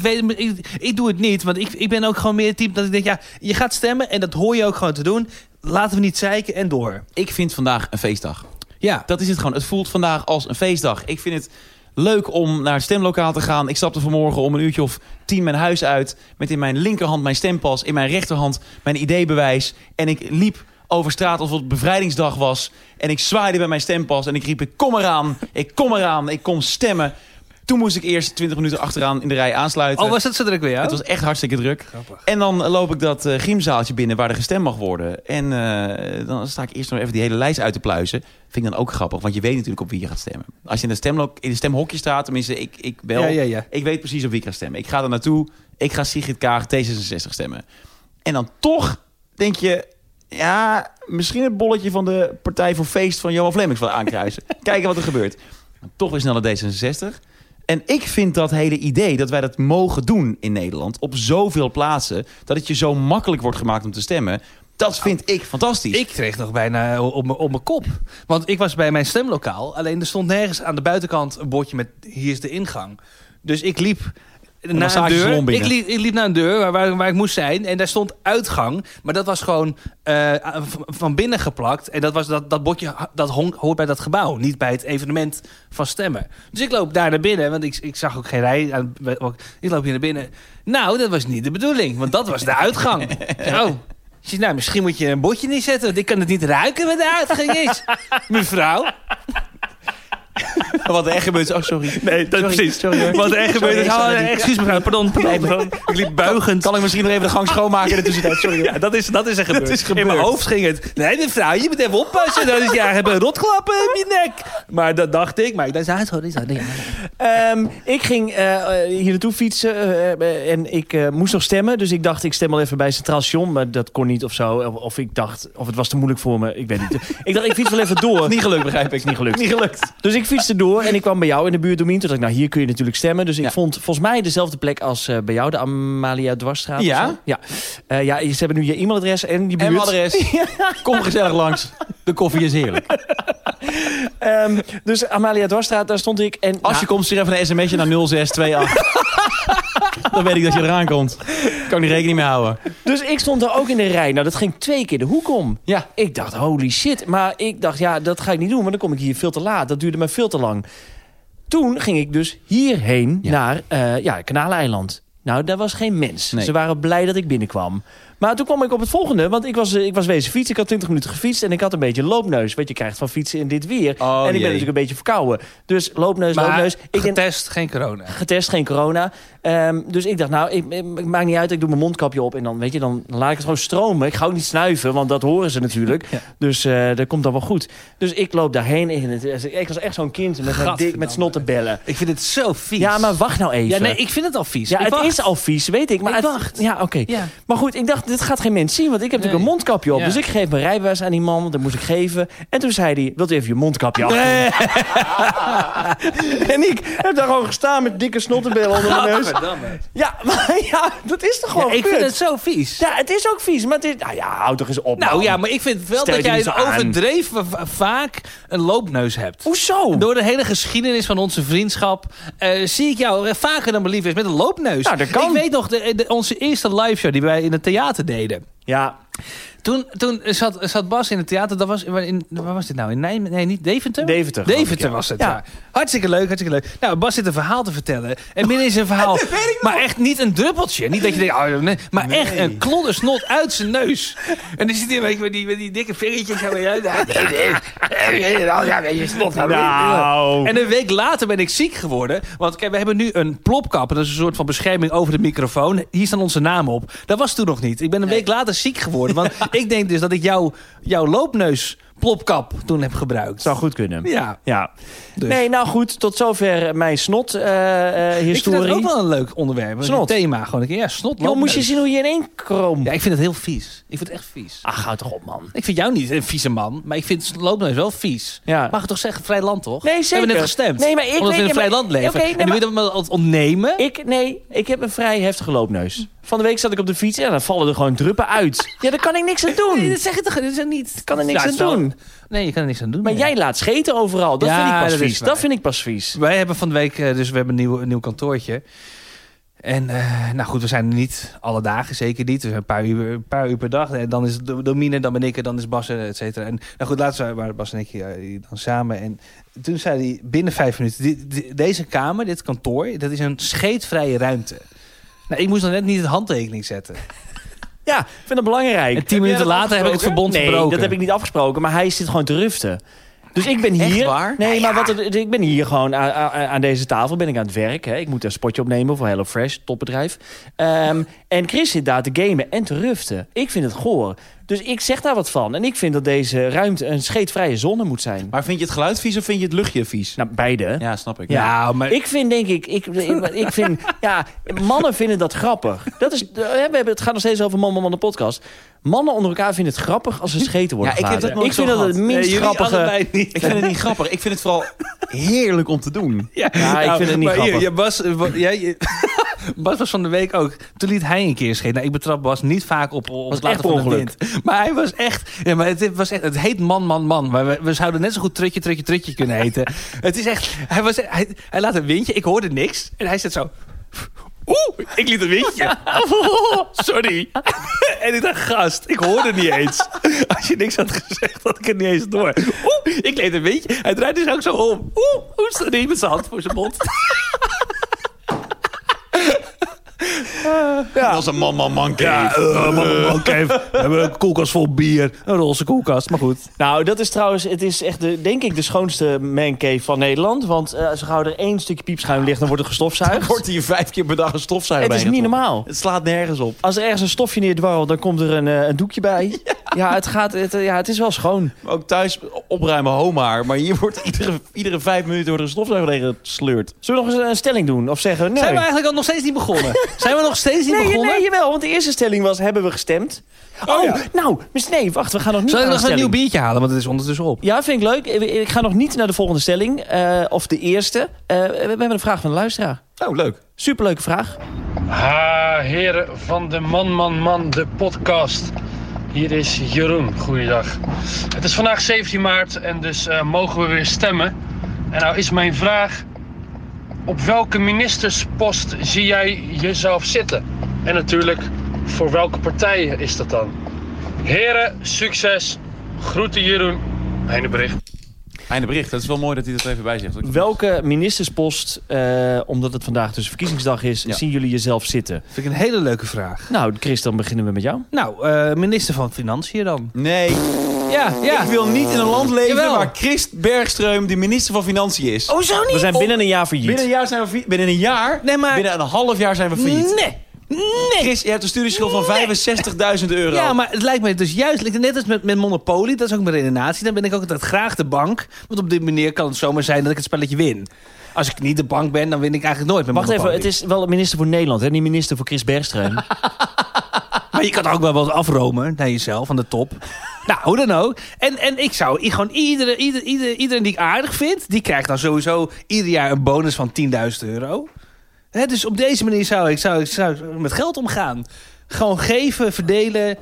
ik doe het niet. Want ik ben ook gewoon meer het type dat ik denk, ja, je gaat stemmen en dat hoor je ook gewoon te doen. Laten we niet zeiken en door. Ik vind vandaag een feestdag. Ja. Dat is het gewoon. Het voelt vandaag als een feestdag. Ik vind het leuk om naar het stemlokaal te gaan. Ik stapte vanmorgen om 10:00 mijn huis uit. Met in mijn linkerhand mijn stempas. In mijn rechterhand mijn ID-bewijs. En ik liep over straat alsof het bevrijdingsdag was. En ik zwaaide bij mijn stempas. En ik riep, ik kom eraan. Ik kom stemmen. Toen moest ik eerst 20 minuten achteraan in de rij aansluiten. Oh, was het zo druk weer? Het was echt hartstikke druk. Grappig. En dan loop ik dat gymzaaltje binnen waar er gestemd mag worden. En dan sta ik eerst nog even die hele lijst uit te pluizen. Vind ik dan ook grappig, want je weet natuurlijk op wie je gaat stemmen. Als je in de stemhokje staat, tenminste ik wel. Ja. Ik weet precies op wie ik ga stemmen. Ik ga er naartoe, ik ga Sigrid Kaag D66 stemmen. En dan toch denk je, ja, misschien het bolletje van de Partij voor Feest van Johan Flemmings van aankruisen. Kijken wat er gebeurt. Toch weer snel naar D66. En ik vind dat hele idee dat wij dat mogen doen in Nederland op zoveel plaatsen, dat het je zo makkelijk wordt gemaakt om te stemmen, dat vind ik fantastisch. Ik kreeg nog bijna op mijn kop. Want ik was bij mijn stemlokaal. Alleen er stond nergens aan de buitenkant een bordje met hier is de ingang. Dus ik liep naar een deur. Ik liep naar een deur waar ik moest zijn. En daar stond uitgang. Maar dat was gewoon van binnen geplakt. En dat bordje hoort bij dat gebouw. Niet bij het evenement van stemmen. Dus ik loop daar naar binnen. Want ik zag ook geen rij. Ik loop hier naar binnen. Nou, dat was niet de bedoeling. Want dat was de uitgang. Oh. Nou, misschien moet je een bordje neerzetten. Want ik kan het niet ruiken wat de uitgang is. Mevrouw. Wat er echt gebeurt is... Oh, sorry. Nee, dat sorry, precies. Sorry, Wat er echt gebeurt is... Excuus mevrouw, pardon. Ik liep buigend. Kan ik misschien nog even de gang schoonmaken in de tussentijd? Sorry. Ja, dat is er gebeurd. is gebeurd. In mijn hoofd ging het... Nee, mevrouw, je moet even oppassen. Dan is heb een rotklappen op je nek. Maar dat dacht ik. Maar ik dacht, ik ging hier naartoe fietsen en ik moest nog stemmen. Dus ik dacht, ik stem al even bij Centraal Station. Maar dat kon niet of zo. Of ik dacht, of het was te moeilijk voor me. Ik weet niet. Ik dacht, ik fiets wel even door. Niet gelukt, begrijp ik. Niet gelukt. Dus ik fietste door en ik kwam bij jou in de buurt, Domien. Toen dacht ik, nou, hier kun je natuurlijk stemmen. Dus ik vond volgens mij dezelfde plek als bij jou, de Amalia Dwarsstraat. Ja? Ja, ze hebben nu je e-mailadres en je buurt. En mijn adres. Kom gezellig langs. De koffie is heerlijk. Dus Amalia Dwarsstraat, daar stond ik. En Als je komt, stuur even een sms'je naar 0628. Dan weet ik dat je eraan komt. Kan ik niet rekening mee houden. Dus ik stond daar ook in de rij. Nou, dat ging 2 keer de hoek om. Ja. Ik dacht, holy shit. Maar ik dacht, ja, dat ga ik niet doen. Want dan kom ik hier veel te laat. Dat duurde mij veel te lang. Toen ging ik dus hierheen naar Kanaleiland. Nou, daar was geen mens. Nee. Ze waren blij dat ik binnenkwam. Maar toen kwam ik op het volgende. Want ik was wezen fietsen. Ik had 20 minuten gefietst. En ik had een beetje loopneus. Wat je krijgt van fietsen in dit weer. Oh, en ik ben jee. natuurlijk een beetje verkouden. Dus loopneus. Getest, geen corona. Getest, geen corona. Dus ik dacht, nou, ik maakt niet uit. Ik doe mijn mondkapje op. En dan, weet je, dan laat ik het gewoon stromen. Ik ga ook niet snuiven, want dat horen ze natuurlijk. Ja. Dus dat komt dan wel goed. Dus ik loop daarheen. Ik was echt zo'n kind met snottenbellen. Ik vind het zo vies. Ja, maar wacht nou even. Ja, nee, ik vind het al vies. Ja, het is al vies, weet ik. Maar ik wacht. Ja, oké. Ja. Maar goed, ik dacht, dit gaat geen mens zien. Want ik heb natuurlijk een mondkapje op. Ja. Dus ik geef mijn rijbewijs aan die man. Dat moest ik geven. En toen zei hij, wilt u even je mondkapje af? Nee. En ik heb daar gewoon gestaan met dikke snottenbellen onder mijn neus. Ja, maar ja, dat is toch gewoon ik vind het zo vies. Ja, het is ook vies. Maar het is, nou ja, houd toch eens op. Nou man. ja, maar ik vind wel dat jij overdreven vaak een loopneus hebt. Hoezo? Door de hele geschiedenis van onze vriendschap zie ik jou vaker dan belief is met een loopneus. Nou, dat kan. Ik weet nog, onze eerste live show die wij in het theater deden. Ja. Toen zat Bas in het theater. Dat was, waar was dit nou? In Nijmegen? Nee, niet Deventer? Deventer was het, ja. Hartstikke leuk. Nou, Bas zit een verhaal te vertellen. En midden in zijn verhaal... maar echt niet een druppeltje. Niet dat je denkt... Oh, nee, maar echt een kloddersnot uit zijn neus. En dan zit hij met die dikke vingertjes. Je snot. Nou. En een week later ben ik ziek geworden. Want kijk, we hebben nu een plopkap. Dat is een soort van bescherming over de microfoon. Hier staan onze namen op. Dat was toen nog niet. Ik ben een week later ziek geworden. Want ik denk dus dat ik jouw loopneus plopkap toen heb gebruikt. Zou goed kunnen. Ja. Dus. Nee, nou goed. Tot zover mijn snot-historie. Ik vind het ook wel een leuk onderwerp. Snot. Een thema. Gewoon een keer. Ja, snot. Joh, moest je zien hoe je in één kroom... Ja, ik vind het heel vies. Ik vind het echt vies. Ach, houd toch op, man. Ik vind jou niet een vieze man. Maar ik vind loopneus wel vies. Ja. Mag ik toch zeggen, vrij land toch? Nee, zeker. We hebben net gestemd. Nee, maar omdat we in een vrij land leven. En nu wil je dat ontnemen? Ik heb een vrij heftige loopneus. Van de week zat ik op de fiets en dan vallen er gewoon druppen uit. Ja, daar kan ik niks aan doen. Nee, dat zeg je toch dat is niet. Ik kan er niks aan doen. Nee, je kan er niks aan doen. Maar jij laat scheten overal. Dat vind ik pas vies. Dat vind ik pas vies. Wij hebben van de week, dus we hebben een nieuw kantoortje. En nou goed, we zijn er niet alle dagen, zeker niet. Dus een paar uur per dag. En dan is Domine, dan ben ik er, dan is Bas er, et cetera. En nou goed, laatst waren Bas en ik dan samen. En toen zei hij binnen 5 minuten... Deze kamer, dit kantoor, dat is een scheetvrije ruimte. Nou, ik moest dan net niet een handtekening zetten. Ja, ik vind dat belangrijk. En 10 minuten later heb ik het verbond verbroken. Nee, dat heb ik niet afgesproken. Maar hij zit gewoon te ruften. Dus ik ben hier. Echt waar? Nee, maar ik ben hier gewoon aan deze tafel ben ik aan het werk. Hè. Ik moet een spotje opnemen voor HelloFresh, topbedrijf. En Chris zit daar te gamen en te ruften. Ik vind het goor. Dus ik zeg daar wat van. En ik vind dat deze ruimte een scheetvrije zone moet zijn. Maar vind je het geluid vies of vind je het luchtje vies? Nou, beide. Ja, snap ik. Ja, maar... Ik vind, denk ik vind, ja, mannen vinden dat grappig. Het gaat nog steeds over Man de podcast. Mannen onder elkaar vinden het grappig als er scheten worden gelaten. Ik vind dat het minst grappige... Ik vind het niet grappig. Ik vind het vooral heerlijk om te doen. Ja, ik vind het niet grappig. Bas was van de week ook. Toen liet hij een keer scheten. Nou, ik betrap Bas niet vaak op het laten van de wind. Maar hij was echt... Ja, maar het heet man. Maar we zouden net zo goed trutje kunnen heten. Het is echt... Hij laat een windje. Ik hoorde niks. En hij zit zo... Oeh, ik liet een windje. Sorry. En ik dacht, gast, ik hoorde niet eens. Als je niks had gezegd, had ik het niet eens door. Oeh, ik liet een windje. Hij draait dus ook zo om. Oeh, sorry, met zijn hand voor zijn mond. Dat was een man cave. Man cave. We hebben een koelkast vol bier. Een roze koelkast, maar goed. Nou, dat is trouwens, het is echt denk ik de schoonste mancave van Nederland. Want zo gauw er 1 stukje piepschuim ligt, dan wordt er gestofzuigd. Dan wordt hier 5 keer per dag een stofzuiger. Het is niet normaal. Het slaat nergens op. Als er ergens een stofje neerdwarrelt, dan komt er een doekje bij. Ja, het is wel schoon. Ook thuis opruimen homaar. Maar hier wordt iedere 5 minuten wordt er een stofzuiger tegen gesleurd. Zullen we nog eens een stelling doen? Of zeggen, nee. Zijn we eigenlijk al nog steeds niet begonnen? Zijn we nog steeds niet begonnen? Nee, jawel. Want de eerste stelling was, hebben we gestemd? Nee, wacht. We gaan nog niet Zal ik naar nog een nieuw biertje halen? Want het is ondertussen op. Ja, vind ik leuk. Ik ga nog niet naar de volgende stelling. Of de eerste. We hebben een vraag van de luisteraar. Oh, leuk. Superleuke vraag. Heren van de Man, de podcast. Hier is Jeroen. Goeiedag. Het is vandaag 17 maart en dus mogen we weer stemmen. En nou is mijn vraag... Op welke ministerspost zie jij jezelf zitten? En natuurlijk, voor welke partij is dat dan? Heren, succes. Groeten Jeroen. Einde bericht. Dat is wel mooi dat hij dat er even bij zegt. Welke ministerspost, omdat het vandaag dus verkiezingsdag is, zien jullie jezelf zitten? Vind ik een hele leuke vraag. Nou, Chris, dan beginnen we met jou. Nou, minister van Financiën dan. Nee. Ja. Ik wil niet in een land leven waar Chris Bergström de minister van Financiën is. Oh, zo niet? We zijn binnen een jaar failliet. Binnen een jaar? Nee, maar... Binnen een half jaar zijn we failliet. Nee. Chris, je hebt een studieschuld van €65.000. Ja, maar het lijkt mij dus juist... Net als met Monopoly, dat is ook mijn redenatie. Dan ben ik ook altijd graag de bank. Want op dit manier kan het zomaar zijn dat ik het spelletje win. Als ik niet de bank ben, dan win ik eigenlijk nooit met Monopoly. Wacht even, het is wel minister voor Nederland, hè? Niet minister voor Chris Bergström. Maar je kan ook wel wat afromen naar jezelf, van de top. Nou, hoe dan ook. En ik zou gewoon iedereen die ik aardig vind... die krijgt dan sowieso ieder jaar een bonus van €10.000. Dus op deze manier zou ik met geld omgaan. Gewoon geven, verdelen.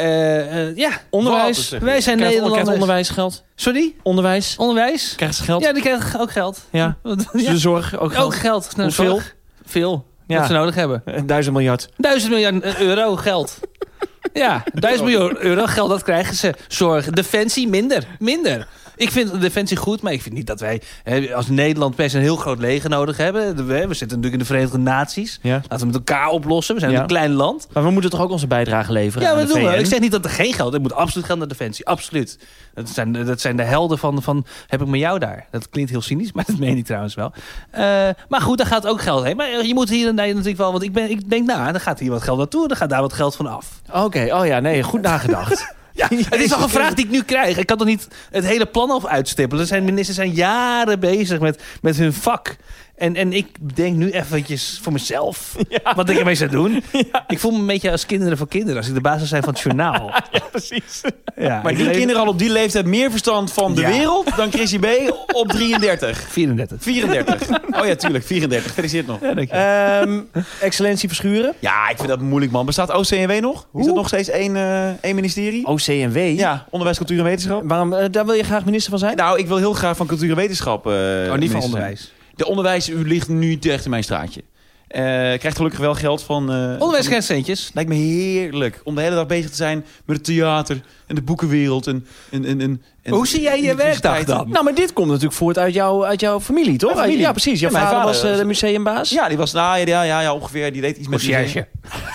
Onderwijs. Wij zijn Nederlanders. Krijgt onderwijs geld? Sorry? Onderwijs. Krijgt ze geld? Ja, die krijgen ook geld. Ja. De zorg ook geld? Ook geld. Hoeveel? Veel. Wat ze nodig hebben. 1.000 miljard. €1.000 miljard geld. Ja, 1000 miljoen euro geld, dat krijgen ze. Zorg, defensie minder. Ik vind de defensie goed, maar ik vind niet dat wij als Nederland best een heel groot leger nodig hebben. We zitten natuurlijk in de Verenigde Naties. Ja. Laten we met elkaar oplossen. We zijn een klein land. Maar we moeten toch ook onze bijdrage leveren Ja, aan dat de doen we. VN? Ik zeg niet dat er geen geld is. Er moet absoluut geld naar defensie. Absoluut. Dat zijn de helden van heb ik met jou daar. Dat klinkt heel cynisch, maar dat meen ik trouwens wel. Maar goed, daar gaat ook geld heen. Maar je moet hier en daar natuurlijk wel... Want ik denk, dan gaat hier wat geld naartoe en dan gaat daar wat geld van af. Oké, goed nagedacht. Ja, het is toch een vraag die ik nu krijg. Ik kan toch niet het hele plan af uitstippelen. Ministers zijn jaren bezig met hun vak. En ik denk nu eventjes voor mezelf wat ik ermee zou doen. Ja. Ik voel me een beetje als kinderen voor kinderen. Als ik de baas zou zijn van het journaal. Ja, precies. Ja, Maar die kinderen al op die leeftijd meer verstand van de wereld dan Chrissy B. op 33. 34. Oh ja, tuurlijk. 34. Gefeliciteerd nog. Ja, dank je. Excellentie Verschuren. Ja, ik vind dat moeilijk, man. Bestaat OCMW nog? Is dat nog steeds één ministerie? OCMW? Ja, onderwijs, cultuur en wetenschap. Waarom, daar wil je graag minister van zijn? Nou, ik wil heel graag van cultuur en wetenschap Niet van minister onderwijs. zijn. De onderwijs ligt nu niet echt in mijn straatje. Krijgt gelukkig wel geld van... Onderwijs krijgt centjes. Lijkt me heerlijk om de hele dag bezig te zijn met het theater en de boekenwereld. En Hoe zie jij je werkdag dan? Nou, maar dit komt natuurlijk voort uit jouw familie, toch? Mijn familie. Ja, precies. Jouw Ja, mijn vader vader was de museumbaas. Ja, die was ja, ongeveer. Die deed iets met Conciërge.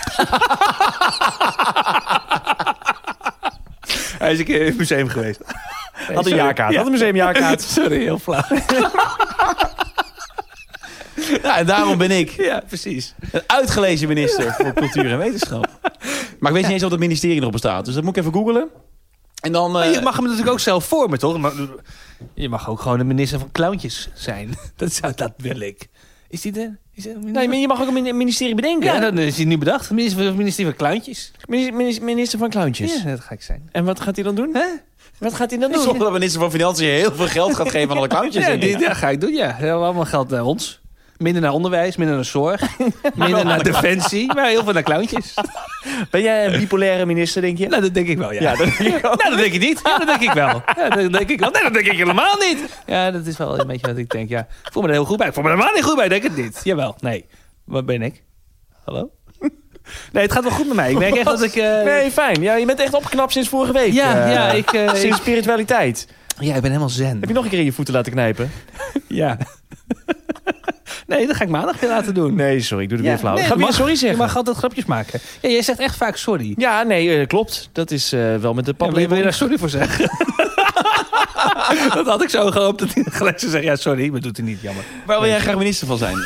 Hij is een keer in het museum geweest. Had een jaarkaart. Had een museumjaarkaart. Sorry, heel flauw. Ja, en daarom ben ik Ja, precies. een uitgelezen minister voor cultuur en wetenschap. Maar ik weet niet eens of dat ministerie nog bestaat. Dus dat moet ik even googlen. En dan... Maar je mag hem natuurlijk ook zelf vormen, toch? Maar je mag ook gewoon de minister van clowntjes zijn. Dat wil ik. Is die de... Nee, maar je mag ook een ministerie bedenken. Ja, dan is hij nu bedacht. Minister van clowntjes. Minister van clowntjes. Ja, dat ga ik zijn. En wat gaat hij dan doen? Hè? Wat gaat hij dan Ik zorg doen? dat de minister van Financiën heel veel geld gaat geven aan alle clowntjes. Ja, denk ik. dat ga ik doen, ja. Allemaal geld naar ons. Minder naar onderwijs, minder naar zorg. Minder naar defensie. Maar heel veel naar clowntjes. Ben jij een bipolaire minister, denk je? Nou, dat denk ik wel, ja. Ja, dat denk ik ook. Nou, dat denk ik niet. Ja, dat denk ik wel. Ja, dat denk ik wel. Nee, dat denk ik helemaal niet. Ja, dat is wel een beetje wat ik denk. Ja, ik voel me er heel goed bij. Ik voel me er helemaal niet goed bij. Denk het niet. Jawel. Nee. Wat ben ik? Hallo? Nee, het gaat wel goed met mij. Ik denk echt dat ik... Nee, fijn. Ja, je bent echt opgeknapt sinds vorige week. Ja, Sinds spiritualiteit. Ja, ik ben helemaal zen. Heb je nog een keer in je voeten laten knijpen? Ja. Nee, dat ga ik maandag weer laten doen. Nee, sorry. Ik doe het weer flauw. Nee, Ik ga weer sorry Je zeggen. mag altijd grapjes maken. Ja, jij zegt echt vaak sorry. Ja, nee, klopt. Dat is wel met de Wil paplepel. je daar sorry voor zeggen? Dat had ik zo gehoopt dat hij gelijk zou zeggen. Ja, sorry, maar doet hij niet. Jammer. Waar wil jij graag minister van zijn?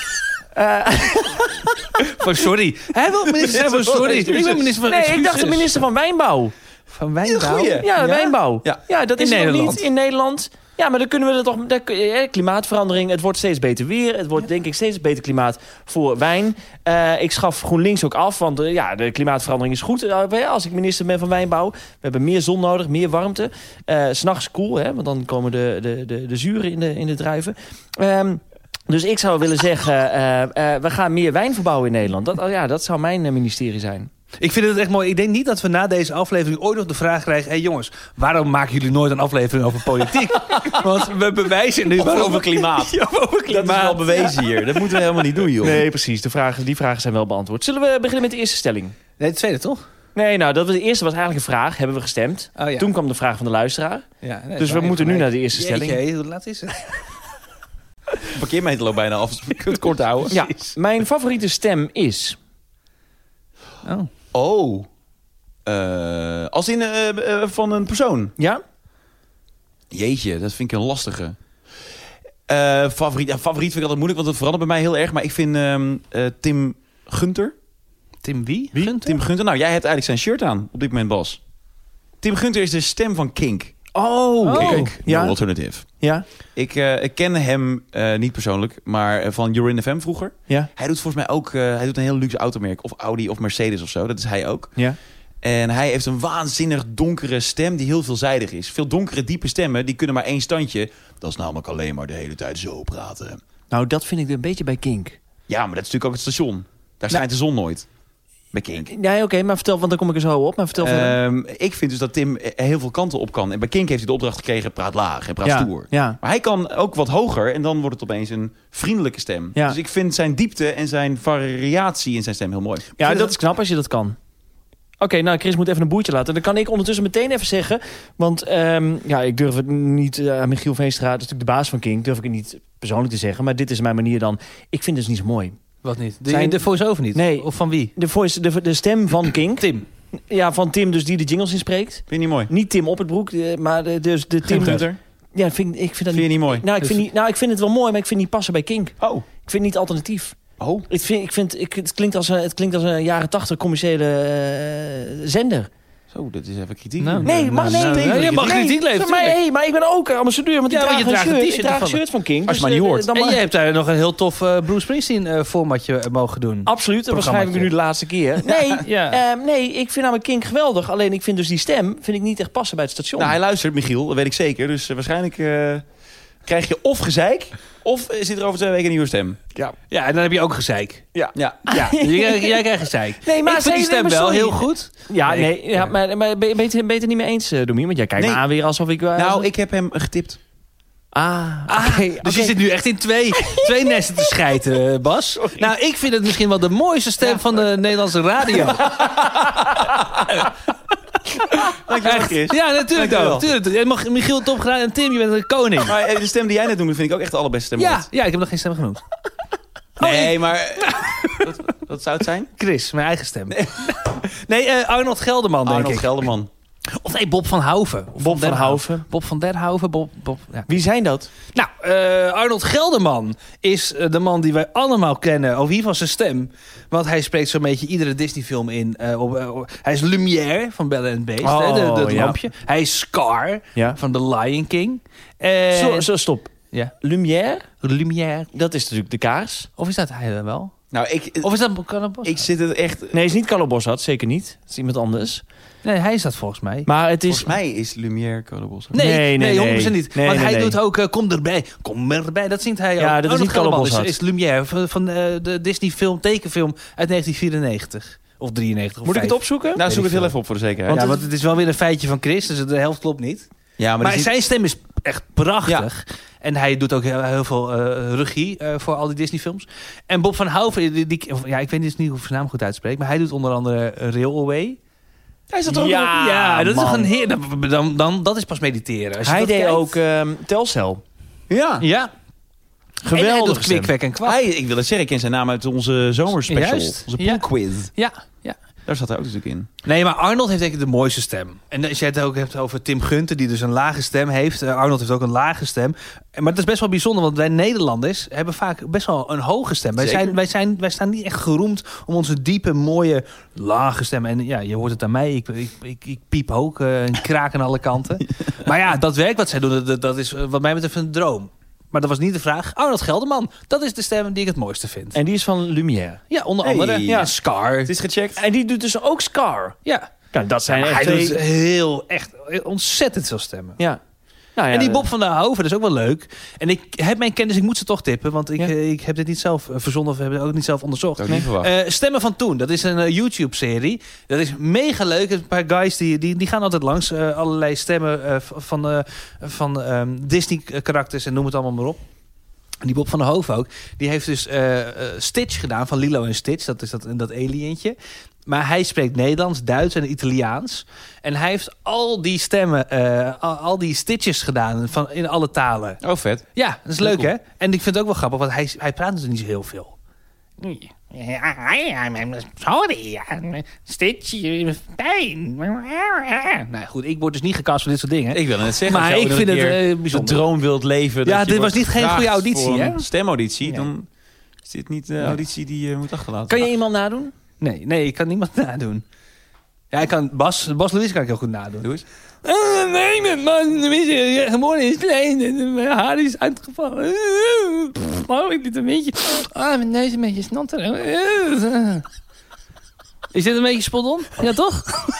Voor sorry. Hij wil minister zijn van sorry. Ik ben minister van Nee, ik dacht de excuses. minister van Wijnbouw. Van Wijnbouw? Goeie. Ja, wijnbouw. Ja. Dat In is nog Nederland. niet in Nederland. Ja, maar dan kunnen we er toch... Klimaatverandering, het wordt steeds beter weer. Het wordt denk ik steeds beter klimaat voor wijn. Ik schaf GroenLinks ook af, want de klimaatverandering is goed. Als ik minister ben van Wijnbouw. We hebben meer zon nodig, meer warmte. 's Nachts koel, want dan komen de zuren in de druiven. Dus ik zou willen zeggen, we gaan meer wijn verbouwen in Nederland. Dat zou mijn ministerie zijn. Ik vind het echt mooi. Ik denk niet dat we na deze aflevering ooit nog de vraag krijgen... Hé jongens, waarom maken jullie nooit een aflevering over politiek? Want we bewijzen nu... Over klimaat. Ja, over klimaat. Dat is wel bewezen hier. Dat moeten we helemaal niet doen, joh. Nee, precies. Die vragen zijn wel beantwoord. Zullen we beginnen met de eerste stelling? Nee, de tweede toch? Nee, nou, de eerste was eigenlijk een vraag. Hebben we gestemd. Oh, ja. Toen kwam de vraag van de luisteraar. Ja, nee, Dus we moeten nu naar de eerste stelling. Jeetje, hoe laat is het? De parkeermeter loopt bijna af. Dus we kunnen het kort houden. Ja, mijn favoriete stem is... Oh. Als in van een persoon. Ja? Jeetje, dat vind ik een lastige. Favoriet vind ik altijd moeilijk, want het verandert bij mij heel erg. Maar ik vind Tim Gunter. Tim wie? Wie? Tim Gunter. Nou, jij hebt eigenlijk zijn shirt aan op dit moment, Bas. Tim Gunter is de stem van Kink. Kink. No Alternative. Ja? Ik ken hem niet persoonlijk, maar van You're in FM vroeger. Ja? Hij doet volgens mij ook hij doet een heel luxe automerk. Of Audi of Mercedes of zo. Dat is hij ook. Ja? En hij heeft een waanzinnig donkere stem die heel veelzijdig is. Veel donkere, diepe stemmen, die kunnen maar één standje. Dat is namelijk alleen maar de hele tijd zo praten. Nou, dat vind ik een beetje bij Kink. Ja, maar dat is natuurlijk ook het station. Daar schijnt de zon nooit. Bij Kink. Ja, oké, maar vertel, want dan kom ik er zo op. Maar vertel verder. Ik vind dus dat Tim heel veel kanten op kan. En bij Kink heeft hij de opdracht gekregen, praat laag en praat stoer. Ja. Maar hij kan ook wat hoger en dan wordt het opeens een vriendelijke stem. Ja. Dus ik vind zijn diepte en zijn variatie in zijn stem heel mooi. Ja, dat is knap als je dat kan. Oké, nou, Chris moet even een boertje laten. Dan kan ik ondertussen meteen even zeggen. Want ik durf het niet aan Michiel Veenstra, dat is natuurlijk de baas van Kink, durf ik het niet persoonlijk te zeggen. Maar dit is mijn manier dan. Ik vind het dus niet zo mooi. Wat niet? De voice-over niet? Nee. Of van wie? De stem van Kink. Tim. Ja, van Tim dus die de jingles inspreekt. Vind je niet mooi? Niet Tim op het broek, maar de Tim... Gunther? Ja, ik vind dat Vind je niet mooi? Nou, ik vind het wel mooi, maar ik vind het niet passen bij Kink. Oh. Ik vind het niet alternatief. Oh. Het klinkt als een jaren 80 commerciële zender. Zo, dat is even kritiek. Nou, Nee, je mag kritiek leveren. Maar ik ben ook ambassadeur, want ik Ja, want je draagt een t-shirt draag een ervan. shirt van Kink. Als je maar niet hoort. En je hebt daar nog een heel tof Bruce Springsteen formatje mogen doen. Absoluut, dat beschrijf ik nu de laatste keer. Nee, Ja. nee, ik vind namelijk Kink geweldig. Alleen ik vind dus die stem niet echt passen bij het station. Nou, hij luistert, Michiel, dat weet ik zeker. Dus waarschijnlijk krijg je of gezeik, of zit er over 2 weken een nieuwe stem. Ja, en dan heb je ook gezeik. Ja. Ja, jij krijgt gezeik. Nee, maar ik vind die stem wel heel goed. Ja, maar ben je het niet mee eens, Domien? Want jij kijkt me aan weer alsof ik... Nou, ik heb hem getipt. Dus je zit nu echt in twee nesten te schijten, Bas. Sorry. Nou, ik vind het misschien wel de mooiste stem van de Nederlandse radio. Dankjewel, Chris. Ja, natuurlijk Dankjewel. wel. Tuurlijk. Mag Michiel top gedaan en Tim, je bent een koning. Maar de stem die jij net noemde, vind ik ook echt de allerbeste stem. ooit. Ja, ik heb nog geen stem genoemd. Nee, maar... wat zou het zijn? Chris, mijn eigen stem. Nee, Arnold Gelderman, denk Arnold ik. Gelderman. Of nee, Bob van Houven. Of Bob van Houven. Bob van Derhoven. Bob, ja. Wie zijn dat? Nou, Arnold Gelderman is de man die wij allemaal kennen. Over hier van zijn stem. Want hij spreekt zo'n beetje iedere Disney-film in. Hij is Lumière van Belle and Beast. Het lampje. Hij is Scar van The Lion King. Stop. Ja. Lumière, Lumière. dat is natuurlijk de kaars. Of is dat hij dan wel? Nou, Of is dat Cannabos? ik zit het echt... Nee, het is niet Carlo Bossard, zeker niet. Het is iemand anders. Nee, hij is dat volgens mij. Maar het is... Volgens mij is Lumière Carlo Bossard. Nee, 100% niet. Nee, Want hij nee. doet ook Kom erbij. Dat zingt hij ook. Ja, dat is niet Carlo Gelderman Bossard. is Lumière van de Disney tekenfilm uit 1994. Of 93 of Moet ik het 5. opzoeken? Nou, zoek het ik heel veel. even op voor de zekerheid. Want het is wel weer een feitje van Chris, dus de helft klopt niet. Ja, Maar dat is zijn stem is echt prachtig. En hij doet ook heel veel regie voor al die Disney-films. En Bob van Houven, ik weet dus niet hoe ik zijn naam goed uitspreek, maar hij doet onder andere Rail Away. Hij is dat toch Ja, dat is toch man. een heer. Dat is pas mediteren. Als je Hij dat deed kijkt. ook Telcel. Ja. Ja. Geweldig. En hij doet Kwik, en Kwak. Ik wil het zeggen, ik ken zijn naam uit onze zomerspecial. Juist. Onze Ja. poolquiz. Ja. Daar zat hij ook natuurlijk in. Nee, maar Arnold heeft denk ik de mooiste stem. En als jij het ook hebt over Tim Gunther, die dus een lage stem heeft. Arnold heeft ook een lage stem. Maar het is best wel bijzonder, want wij Nederlanders hebben vaak best wel een hoge stem. Wij staan niet echt geroemd om onze diepe, mooie, lage stem. En ja, je hoort het aan mij. Ik piep ook en kraak aan alle kanten. Maar ja, dat werk wat zij doen, dat is wat mij betreft een droom. Maar dat was niet de vraag. Arnold Gelderman, dat is de stem die ik het mooiste vind. En die is van Lumière. Ja, onder andere. Hey. Ja, Scar. Het is gecheckt. En die doet dus ook Scar. Ja. Nou, dat zijn Maar echt hij twee... doet echt ontzettend veel stemmen. Ja. Nou ja, En die Bob van der Houven, dat is ook wel leuk. En ik heb mijn kennis, ik moet ze toch tippen. Want Ja. ik heb dit niet zelf verzonnen of heb het ook niet zelf onderzocht. Dat had ik niet verwacht. Stemmen van Toen, dat is een YouTube-serie. Dat is mega leuk. Een paar guys die gaan altijd langs. Allerlei stemmen van Disney-karakters en noem het allemaal maar op. En die Bob van der Hoof ook. Die heeft dus Stitch gedaan van Lilo en Stitch. Dat is dat alientje. Maar hij spreekt Nederlands, Duits en Italiaans. En hij heeft al die stemmen, al die Stitches gedaan in alle talen. Oh, vet. Ja, dat is Heel leuk cool. hè? En ik vind het ook wel grappig, want hij praat dus niet zo heel veel. Sorry, Stitch, pijn. Nou goed, ik word dus niet gecast voor dit soort dingen. Ik wil het net zeggen. Maar als jij ik ooit vind een het keer bijzonder. de droom wilt leven. Ja, dat je dit was wordt niet geen gevraagd goede auditie, voor hè? een stemauditie. Nee. Dan is dit niet de auditie die je moet achterlaten. Kan je iemand nadoen? Nee, ik kan niemand nadoen. Ja, ik kan Bas Louise kan ik heel goed nadoen. Doe eens. Nee, mijn man, geboren is klein en mijn haar is uitgevallen. Oh, ik dit een beetje... mijn neus een beetje snotter. Is dit een beetje spot on? Ja, toch?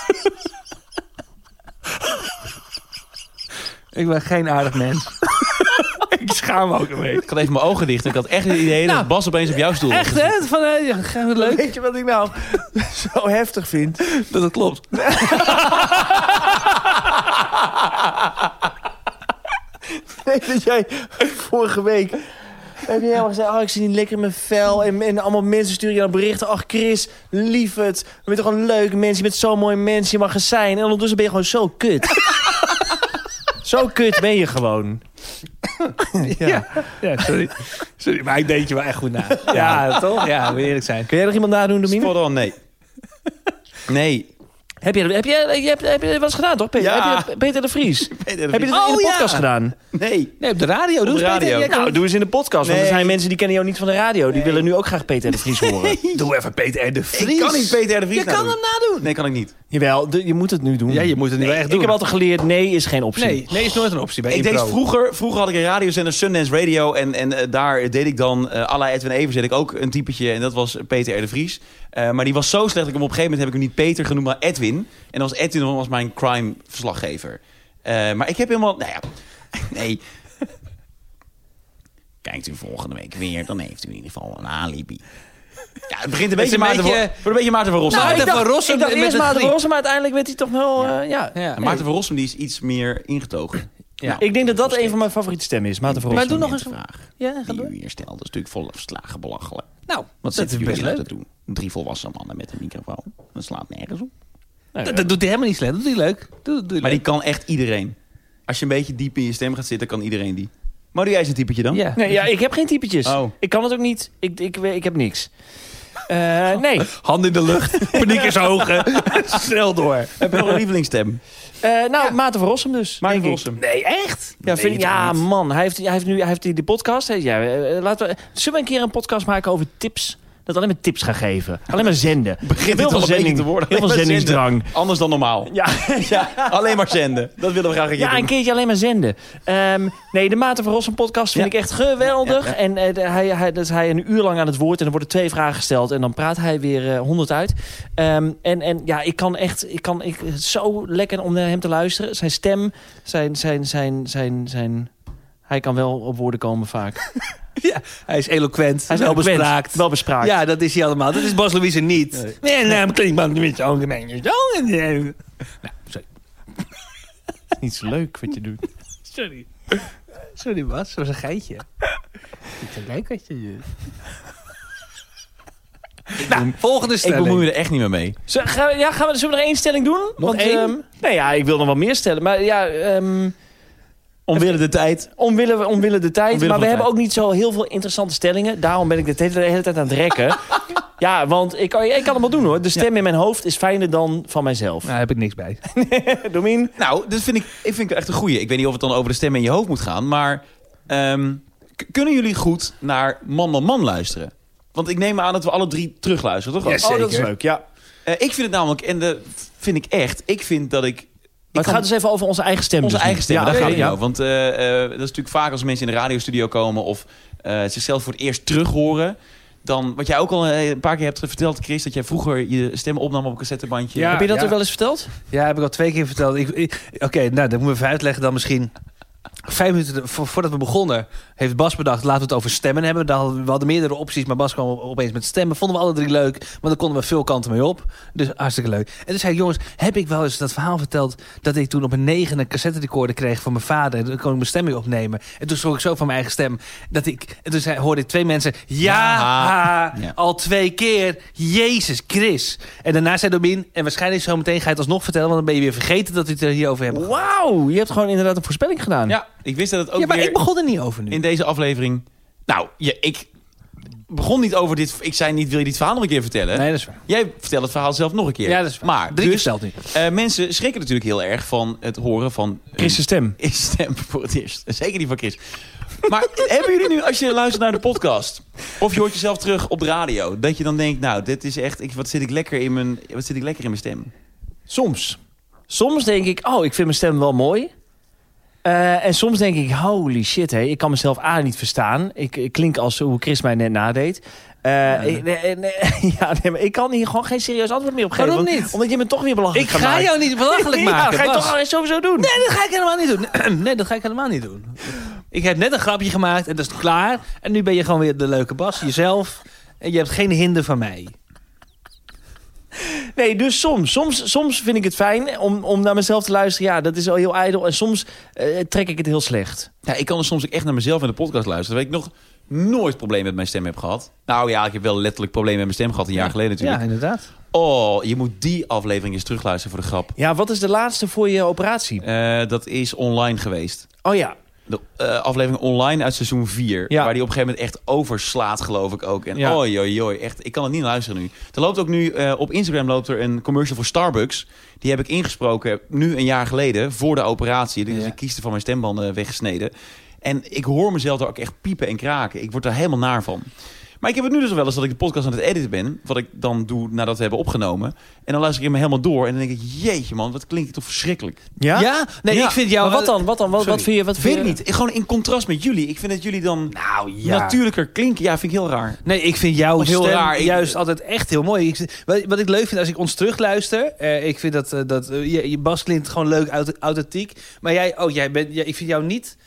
Ik ben geen aardig mens. Ik schaam me ook een beetje. Ik had even mijn ogen dicht en ik had echt het idee dat Bas opeens op jouw stoel was. Echt, hè? Van, leuk Weet je wat ik nou zo heftig vind? dat het klopt. Nee, dat jij vorige week Heb je helemaal gezegd, ik zit niet lekker in mijn vel. En allemaal mensen sturen je dan berichten. Ach, Chris, lief het. Je bent toch een leuke mens. Je bent zo'n mooi mens. Je mag er zijn. En ondertussen ben je gewoon zo kut. Zo kut ben je gewoon. Ja, sorry. Maar ik deed je wel echt goed na. Ja, toch? Ja, wil eerlijk zijn. Kun jij nog iemand nadoen, Domien? Spot on, nee. Nee. Heb je wat eens gedaan, toch, Peter? Ja. Heb je Peter de Vries? Peter de Heb je dit Vries. in de podcast gedaan? Nee. Nee, op de radio. Doe de eens, Peter. radio. Jij kan- Nou, doe eens in de podcast. Want er Nee. zijn mensen die kennen jou niet van de radio. Die willen nu ook graag Peter de Vries horen. Doe even Peter de Vries. Ik kan niet Peter de Vries Je kan nadoen. hem nadoen. Nee, kan ik niet. Jawel, je moet het nu doen. Ja, je moet het nu wel echt doen. Ik heb altijd geleerd, nee is geen optie. Nee, is nooit een optie bij Ik impro. deed vroeger had ik een radiozender, Sundance Radio. En daar deed ik dan, à la Edwin Evers, deed ik ook een typetje. En dat was Peter R. de Vries. Maar die was zo slecht dat ik hem op een gegeven moment heb ik hem niet Peter genoemd, maar Edwin. En dat was Edwin, was mijn crime-verslaggever. Maar ik heb helemaal... Nou ja, nee. Kijkt u volgende week weer, dan heeft u in ieder geval een alibi. Ja, het begint een beetje Maarten van Rossum. Nou, Maarten van Ik Rossum dacht met eerst het Maarten van drie. Rossum, maar uiteindelijk werd hij toch wel... Ja. En Maarten van Rossum die is iets meer ingetogen. Ja. Ik denk dat dat een van mijn favoriete stemmen is. Maarten van Maar Rossum. doe nog eens... vraag Ja, ga die door. u hier stelt. Dat is natuurlijk volslagen belachelijk. Nou, Wat dat zitten is jullie best nou leuk. te doen? 3 volwassen mannen met een microfoon. Dat slaat nergens op. Dat doet hij helemaal niet slecht. Dat doet hij leuk. Doe Maar leuk. die kan echt iedereen. Als je een beetje diep in je stem gaat zitten, kan iedereen die. Maar doe jij eens een typetje dan? Ja. Nee, ja, ik heb geen typetjes. Oh. Ik kan het ook niet. Ik heb niks. Nee. Hand in de lucht. Paniek in zijn ogen. Snel door. Heb je nog een lievelingsstem? Maarten van Rossum dus. Maarten denk van ik. Rossum. Nee, echt? Ja, Nee, toch niet? Man. Hij heeft die podcast. Zullen we een keer een podcast maken over tips? Dat alleen maar tips gaan geven. Alleen maar zenden. Begint Heel het veel al een beetje zending- te worden. Heel veel Alleen maar zendingsdrang. zenden. Anders dan normaal. Ja, Ja, alleen maar zenden. Dat willen we graag een keer ja, een doen. keertje alleen maar zenden. Nee, de Maarten van Rossum podcast vind ik echt geweldig. En hij een uur lang aan het woord. En er worden 2 vragen gesteld. En dan praat hij weer 100 uit. Ik kan zo lekker om naar hem te luisteren. Zijn stem, zijn hij kan wel op woorden komen vaak. Ja, hij is eloquent. Hij is wel eloquent, bespraakt. wel bespraakt. Ja, dat is hij allemaal. Dat is Bas Louise niet. Nee, naam klinkt maar niet zo gemeen. Nou, sorry. Niet zo leuk wat je doet. Sorry. Sorry, Bas. Dat was een geitje. Niet zo leuk wat je doet. Nou, volgende Ik stelling. bemoei me er echt niet meer mee. Zullen we nog 1 stelling doen? Nog één? Ik wil nog wel meer stellen. Maar Omwille de tijd. omwille de tijd. Omwille Maar van we de hebben ook niet zo heel veel interessante stellingen. Daarom ben ik de hele tijd aan het rekken. Ja, want ik kan hem wel doen hoor. De stem in mijn hoofd is fijner dan van mijzelf. Nou, daar heb ik niks bij. Domien? Nou, dat vind ik echt een goeie. Ik weet niet of het dan over de stem in je hoofd moet gaan. Maar kunnen jullie goed naar Man luisteren? Want ik neem aan dat we alle 3 terugluisteren, toch? Ja, zeker. Oh, dat is leuk, ja. Ik vind het namelijk, en dat vind ik echt... Ik vind dat ik... Maar het gaat dus even over onze eigen stem. Onze dus eigen nu. stem, daar gaat het ja. nou. Want dat is natuurlijk vaak als mensen in de radiostudio komen... of zichzelf voor het eerst terug horen... dan, wat jij ook al een paar keer hebt verteld, Chris... dat jij vroeger je stem opnam op een cassettebandje. Ja. Heb je dat ook wel eens verteld? Ja, heb ik al 2 keer verteld. Oké, nou, dat moeten we even uitleggen dan misschien. 5 minuten voordat we begonnen heeft Bas bedacht... laten we het over stemmen hebben. We hadden meerdere opties, maar Bas kwam opeens met stemmen. Vonden we alle 3 leuk, want dan konden we veel kanten mee op. Dus hartstikke leuk. En toen zei ik, jongens, heb ik wel eens dat verhaal verteld... dat ik toen op een 9 een cassette recorder kreeg van mijn vader... en dan kon ik mijn stem mee opnemen. En toen schrok ik zo van mijn eigen stem... en toen hoorde ik 2 mensen... Ja, al 2 keer. Jezus, Chris. En daarna zei Domien... en waarschijnlijk zo meteen ga je het alsnog vertellen... want dan ben je weer vergeten dat we het er hierover hebben. Wauw, je hebt gewoon inderdaad een voorspelling gedaan. Ja, ik wist dat het ook Ja, maar weer ik begon er niet over nu. in deze aflevering... Nou, ik begon niet over dit... Ik zei niet, wil je dit verhaal nog een keer vertellen? Nee, dat is waar. Jij vertelt het verhaal zelf nog een keer. Ja, dat is waar. Maar 3 keer dus, verteld nu. mensen schrikken natuurlijk heel erg van het horen van... Chris' stem. Is stem voor het eerst. Zeker die van Chris. Maar hebben jullie nu, als je luistert naar de podcast... of je hoort jezelf terug op de radio... dat je dan denkt, nou, dit is echt... Wat zit ik lekker in mijn stem? Soms. Soms denk ik, ik vind mijn stem wel mooi. En soms denk ik, holy shit, ik kan mezelf niet verstaan. Ik klink als hoe Chris mij net nadeed. Maar ik kan hier gewoon geen serieus antwoord meer op geven. Waarom want- niet? Omdat je me toch weer belachelijk Ik gaat ga maken. jou niet belachelijk Ja, maken, dat ga je Bas. toch sowieso doen. Nee, dat ga ik helemaal niet doen. Nee, dat ga ik helemaal niet doen. Ik heb net een grapje gemaakt en dat is klaar. En nu ben je gewoon weer de leuke Bas, jezelf. En je hebt geen hinder van mij. Nee, dus soms vind ik het fijn om naar mezelf te luisteren. Ja, dat is al heel ijdel. En soms trek ik het heel slecht. Ja, ik kan er soms ook echt naar mezelf in de podcast luisteren. Weet ik nog, nooit problemen met mijn stem heb gehad. Nou ja, ik heb wel letterlijk problemen met mijn stem gehad een jaar geleden natuurlijk. Ja, inderdaad. Oh, je moet die aflevering eens terugluisteren voor de grap. Ja, wat is de laatste voor je operatie? Dat is online geweest. Oh ja. De aflevering online uit seizoen 4. Ja. Waar die op een gegeven moment echt overslaat, geloof ik ook. En Ja. oi, echt, ik kan het niet luisteren nu. Er loopt ook nu, op Instagram loopt er een commercial voor Starbucks. Die heb ik ingesproken nu een jaar geleden, voor de operatie. Dus ik kieste van mijn stembanden weggesneden. En ik hoor mezelf er ook echt piepen en kraken. Ik word er helemaal naar van. Maar ik heb het nu dus wel eens dat ik de podcast aan het editen ben. Wat ik dan doe nadat we hebben opgenomen. En dan luister ik hem helemaal door. En dan denk ik, jeetje man, wat klinkt het toch verschrikkelijk. Ja? Ja? Nee, Ja. ik vind jou... Maar wat dan? Wat vind je? Wat Weet vind ik je? niet. Gewoon in contrast met jullie. Ik vind dat jullie dan Nou, ja. natuurlijker klinken. Ja, vind ik heel raar. Nee, ik vind jouw Heel stem raar. juist altijd echt heel mooi. Wat ik leuk vind als ik ons terugluister... ik vind dat je Bas klinkt gewoon leuk, authentiek. Maar ik vind jou niet...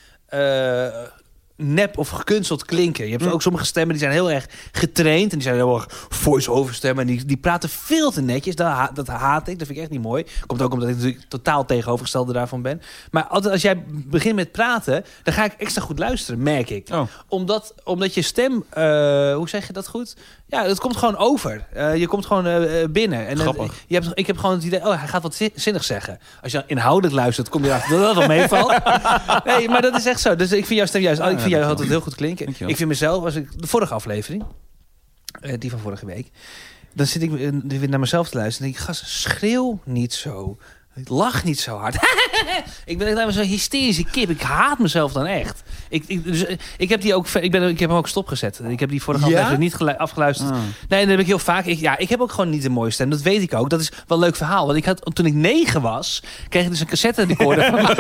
nep of gekunsteld klinken. Je hebt ook sommige stemmen die zijn heel erg getraind. En die zijn heel erg voice-over stemmen. En die praten veel te netjes. Dat haat ik. Dat vind ik echt niet mooi. Komt ook omdat ik natuurlijk totaal tegenovergestelde daarvan ben. Maar altijd als jij begint met praten... dan ga ik extra goed luisteren, merk ik. Oh. Omdat je stem... hoe zeg je dat goed? Ja, het komt gewoon over. Je komt gewoon binnen. En Grappig. ik heb gewoon het idee... hij gaat wat zinnigs zeggen. Als je inhoudelijk luistert, kom je erachter dat wel meevalt. Nee, maar dat is echt zo. Dus ik vind jouw stem juist... ik vind jou altijd heel goed klinken. Dankjewel. Ik vind mezelf... Als ik de vorige aflevering... die van vorige week... dan zit ik weer naar mezelf te luisteren... en denk ik, gast, schreeuw niet zo. Lach niet zo hard. Ik ben echt zo'n hysterische kip. Ik haat mezelf dan echt. Ik heb hem ook stopgezet. Ik heb die vorige aflevering niet afgeluisterd. Nee, dat heb ik heel vaak. Ik heb ook gewoon niet de mooie stem. Dat weet ik ook. Dat is wel een leuk verhaal. Want toen ik 9 was, kreeg ik dus een cassette recorder.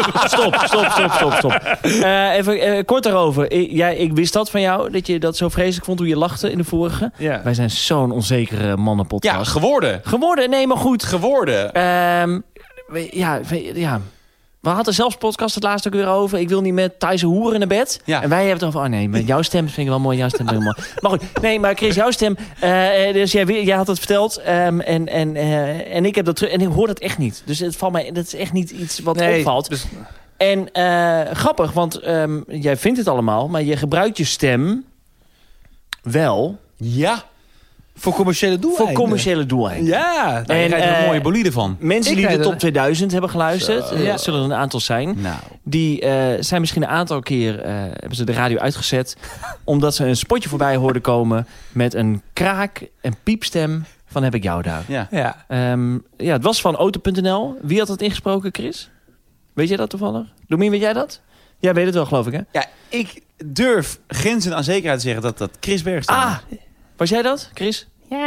Stop. Even kort daarover. Ik wist dat van jou, dat je dat zo vreselijk vond hoe je lachte in de vorige. Ja. Wij zijn zo'n onzekere mannenpodcast. Ja, geworden. Geworden, nee, maar goed. Geworden. We hadden zelfs podcast het laatste ook weer over. Ik wil niet met Thaise hoeren naar bed. Ja. En wij hebben het over... met jouw stem vind ik wel mooi. Jouw stem vind ik wel mooi. Maar goed, nee, maar Chris, jouw stem... dus jij had het verteld. En ik heb dat terug... En ik hoor dat echt niet. Dus het valt mij... Dat is echt niet iets wat opvalt. Dus, En grappig, want jij vindt het allemaal... Maar je gebruikt je stem... wel... Ja. voor commerciële doeleinden. Voor commerciële doeleinden. Ja. Daar krijg je er een mooie bolide van. Mensen die de krijg top er- 2000 hebben geluisterd... Ja. zullen er een aantal zijn... Nou. Die zijn misschien een aantal keer... hebben ze de radio uitgezet... omdat ze een spotje voorbij hoorden komen... met een kraak en piepstem van heb ik jou daar. Ja. Ja. Het was van Auto.nl. Wie had het ingesproken, Chris? Weet jij dat toevallig? Domien, weet jij dat? Jij weet het wel, geloof ik, hè? Ja, ik durf grenzen aan zekerheid te zeggen dat Chris Bergsteen is. Ah, was jij dat, Chris?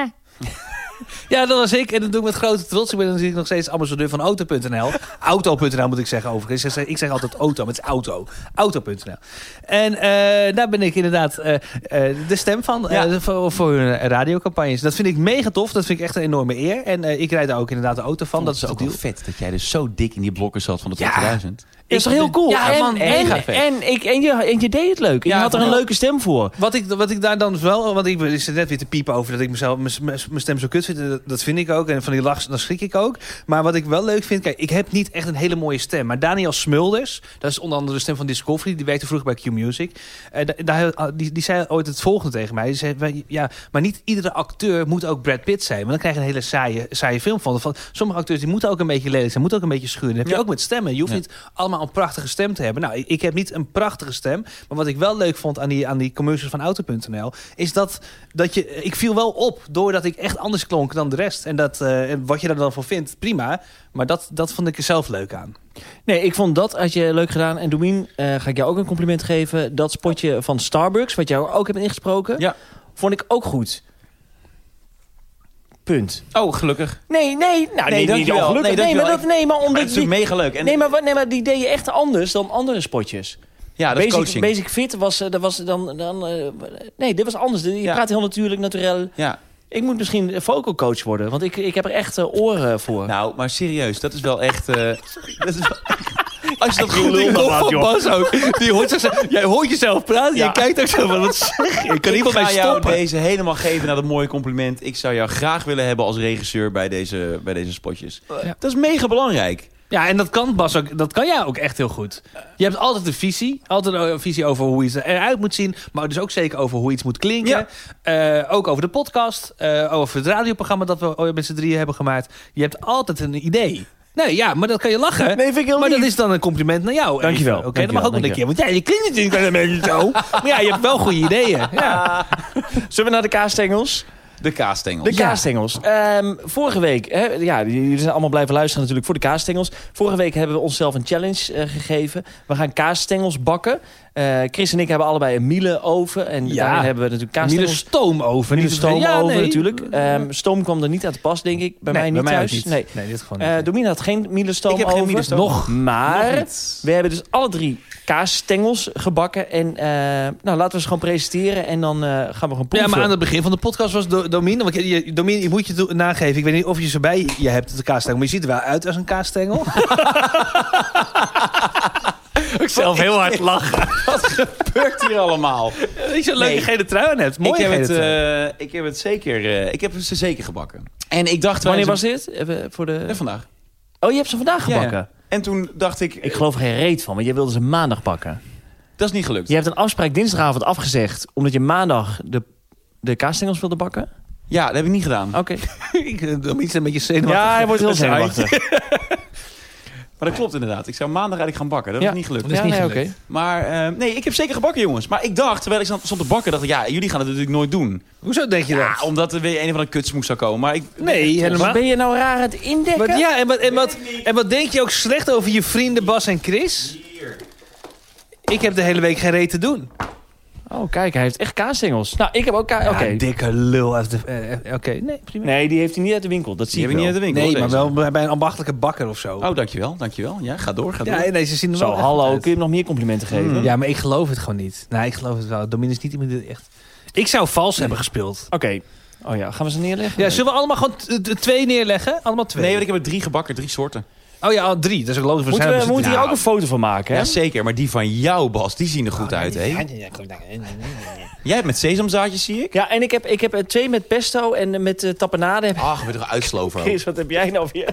Ja, dat was ik. En dat doe ik met grote trots. Ik ben natuurlijk nog steeds ambassadeur van Auto.nl. Auto.nl moet ik zeggen overigens. Ik zeg altijd auto, maar het is auto. Auto.nl. En daar ben ik inderdaad de stem van voor hun radiocampagnes. Dat vind ik mega tof. Dat vind ik echt een enorme eer. En ik rijd daar ook inderdaad de auto van. Dat is ook wel vet dat jij dus zo dik in die blokken zat van de top Ja. 2000. Dat is toch heel cool? Ja, man, mega vet. En je deed het leuk. En Ja, je had er een wel. leuke stem voor. Wat ik daar dan wel... Want ik zit net weer te piepen over dat ik mezelf mijn stem zo kut vind. Dat vind ik ook. En van die lach, dan schrik ik ook. Maar wat ik wel leuk vind... Kijk, ik heb niet echt een hele mooie stem. Maar Daniel Smulders... Dat is onder andere de stem van Discovery. Die werkte vroeger bij Q-Music. Die zei ooit het volgende tegen mij. Die zei, ja, maar niet iedere acteur moet ook Brad Pitt zijn. Want dan krijg je een hele saaie film van. Sommige acteurs die moeten ook een beetje lelijk zijn. Moeten ook een beetje schuren. Dat heb je ook met stemmen. Je hoeft niet allemaal een prachtige stem te hebben. Nou, ik heb niet een prachtige stem. Maar wat ik wel leuk vond aan die commercials van Auto.nl... is dat ik viel wel op doordat ik echt anders klonk dan de rest. En wat je daar dan voor vindt, prima. Maar dat vond ik er zelf leuk aan. Nee, ik vond dat had je leuk gedaan. En Domien, ga ik jou ook een compliment geven. Dat spotje van Starbucks, wat jou ook hebt ingesproken... Ja. vond ik ook goed. Punt. Oh, gelukkig. Nee, niet dankjewel. ongelukkig. Nee, dankjewel. Nee, maar Maar omdat het is natuurlijk mega leuk. En maar die deed je echt anders dan andere spotjes. ja, dat is coaching. Basic Fit was nee, dit was anders. Je Ja. praat heel natuurlijk, naturel. Ja. Ik moet misschien vocal coach worden, want ik heb er echt oren voor. Nou, maar serieus, dat is wel echt... dat is wel... Als je dat goed Ik in hoor van Bas ook. Die hoort jij hoort jezelf praten. Ja. Je kijkt ook zo van, wat zeg je? Kan ik iemand mij ga jou stoppen? deze helemaal geven naar dat mooie compliment. Ik zou jou graag willen hebben als regisseur bij deze spotjes. Ja. Dat is mega belangrijk. Ja, en dat kan Bas ook. Dat kan jij ook echt heel goed. Je hebt altijd een visie. Altijd een visie over hoe iets eruit moet zien. Maar dus ook zeker over hoe iets moet klinken. Ook over de podcast. Over het radioprogramma dat we met z'n drieën hebben gemaakt. Je hebt altijd een idee. Nee, ja, maar dat kan je lachen. Nee, vind ik heel maar lief. dat is dan een compliment naar jou. Dankjewel. Oké, dat mag ook wel een keer. Want je klinkt natuurlijk wel een beetje zo. Maar ja, je hebt wel goede ideeën. Ja. Zullen we naar de kaasstengels? De kaasstengel. De kaasstengels. Vorige week, jullie zijn allemaal blijven luisteren natuurlijk voor de kaasstengels. Vorige week hebben we onszelf een challenge gegeven. We gaan kaasstengels bakken. Chris en ik hebben allebei een Miele-oven. En daarin hebben we natuurlijk kaasstengels. Miele stoomoven. Miele stoomoven natuurlijk. Stoom kwam er niet uit te pas, denk ik. Bij mij niet thuis. Niet. Nee, dit gewoon niet. Domien had geen Miele stoomoven. Ik heb geen Miele stoomoven. Nog. Maar we hebben dus alle 3 kaasstengels gebakken. En laten we ze gewoon presenteren. En dan gaan we gewoon proeven. Ja, maar aan het begin van de podcast was Domien. Want Domien, je moet je nageven. Ik weet niet of je ze bij je hebt, de kaasstengel. Maar je ziet er wel uit als een kaasstengel. Ik zelf heel hard lachen. Wat gebeurt hier allemaal? Dat je een leuke gele trui aan hebt. Mooi Ik heb ze zeker gebakken. En ik dacht... Wanneer was dit? Vandaag. Oh, je hebt ze vandaag gebakken? Ja. En toen dacht ik... Ik geloof er geen reet van, want je wilde ze maandag bakken. Dat is niet gelukt. Je hebt een afspraak dinsdagavond afgezegd... omdat je maandag de kaasstengels wilde bakken? Ja, dat heb ik niet gedaan. Oké. Domien is een beetje zenuwachtig. Ja, hij wordt heel zenuwachtig. Maar dat klopt inderdaad. Ik zou maandag eigenlijk gaan bakken. Dat is niet gelukt. Dat is niet gelukt. Okay. Maar ik heb zeker gebakken, jongens. Maar ik dacht, terwijl ik stond te bakken, dacht ik... Ja, jullie gaan het natuurlijk nooit doen. Hoezo denk je dat? Omdat er weer een of andere kutsmoes zou komen. Maar Nee, helemaal. Wat ben je nou raar aan het indekken? En wat denk je ook slecht over je vrienden Bas en Chris? Ik heb de hele week geen reet te doen. Oh, kijk, hij heeft echt kaasstengels. Nou, ik heb ook Oké. Dikke lul uit de... Oké, nee, prima. Nee, die heeft hij niet uit de winkel. Dat zie Die ik heb wel. ik niet uit de winkel. Nee, maar wel bij een ambachtelijke bakker of zo. Oh, dankjewel. Ja, ga door. Ja, nee, ze zien er wel Zo, echt hallo, goed uit. kun je hem nog meer complimenten geven? Ja, maar ik geloof het gewoon niet. Nee, ik geloof het wel. Domien is niet iemand die echt... Ik zou vals hebben gespeeld. Oké. Oh ja, gaan we ze neerleggen? Ja, zullen we allemaal gewoon 2 neerleggen? Allemaal 2? Nee, want ik heb er 3 gebakken, 3 soorten. Oh ja, 3. Dat is ook logisch. We moeten hier ook een foto van maken, hè? Ja, zeker. Maar die van jou, Bas, die zien er goed uit, hè? Jij hebt met sesamzaadjes, zie ik. Ja, en ik heb 2 met pesto en met tapenade. Ach, we gaan uitsloven. Chris, wat heb jij nou weer?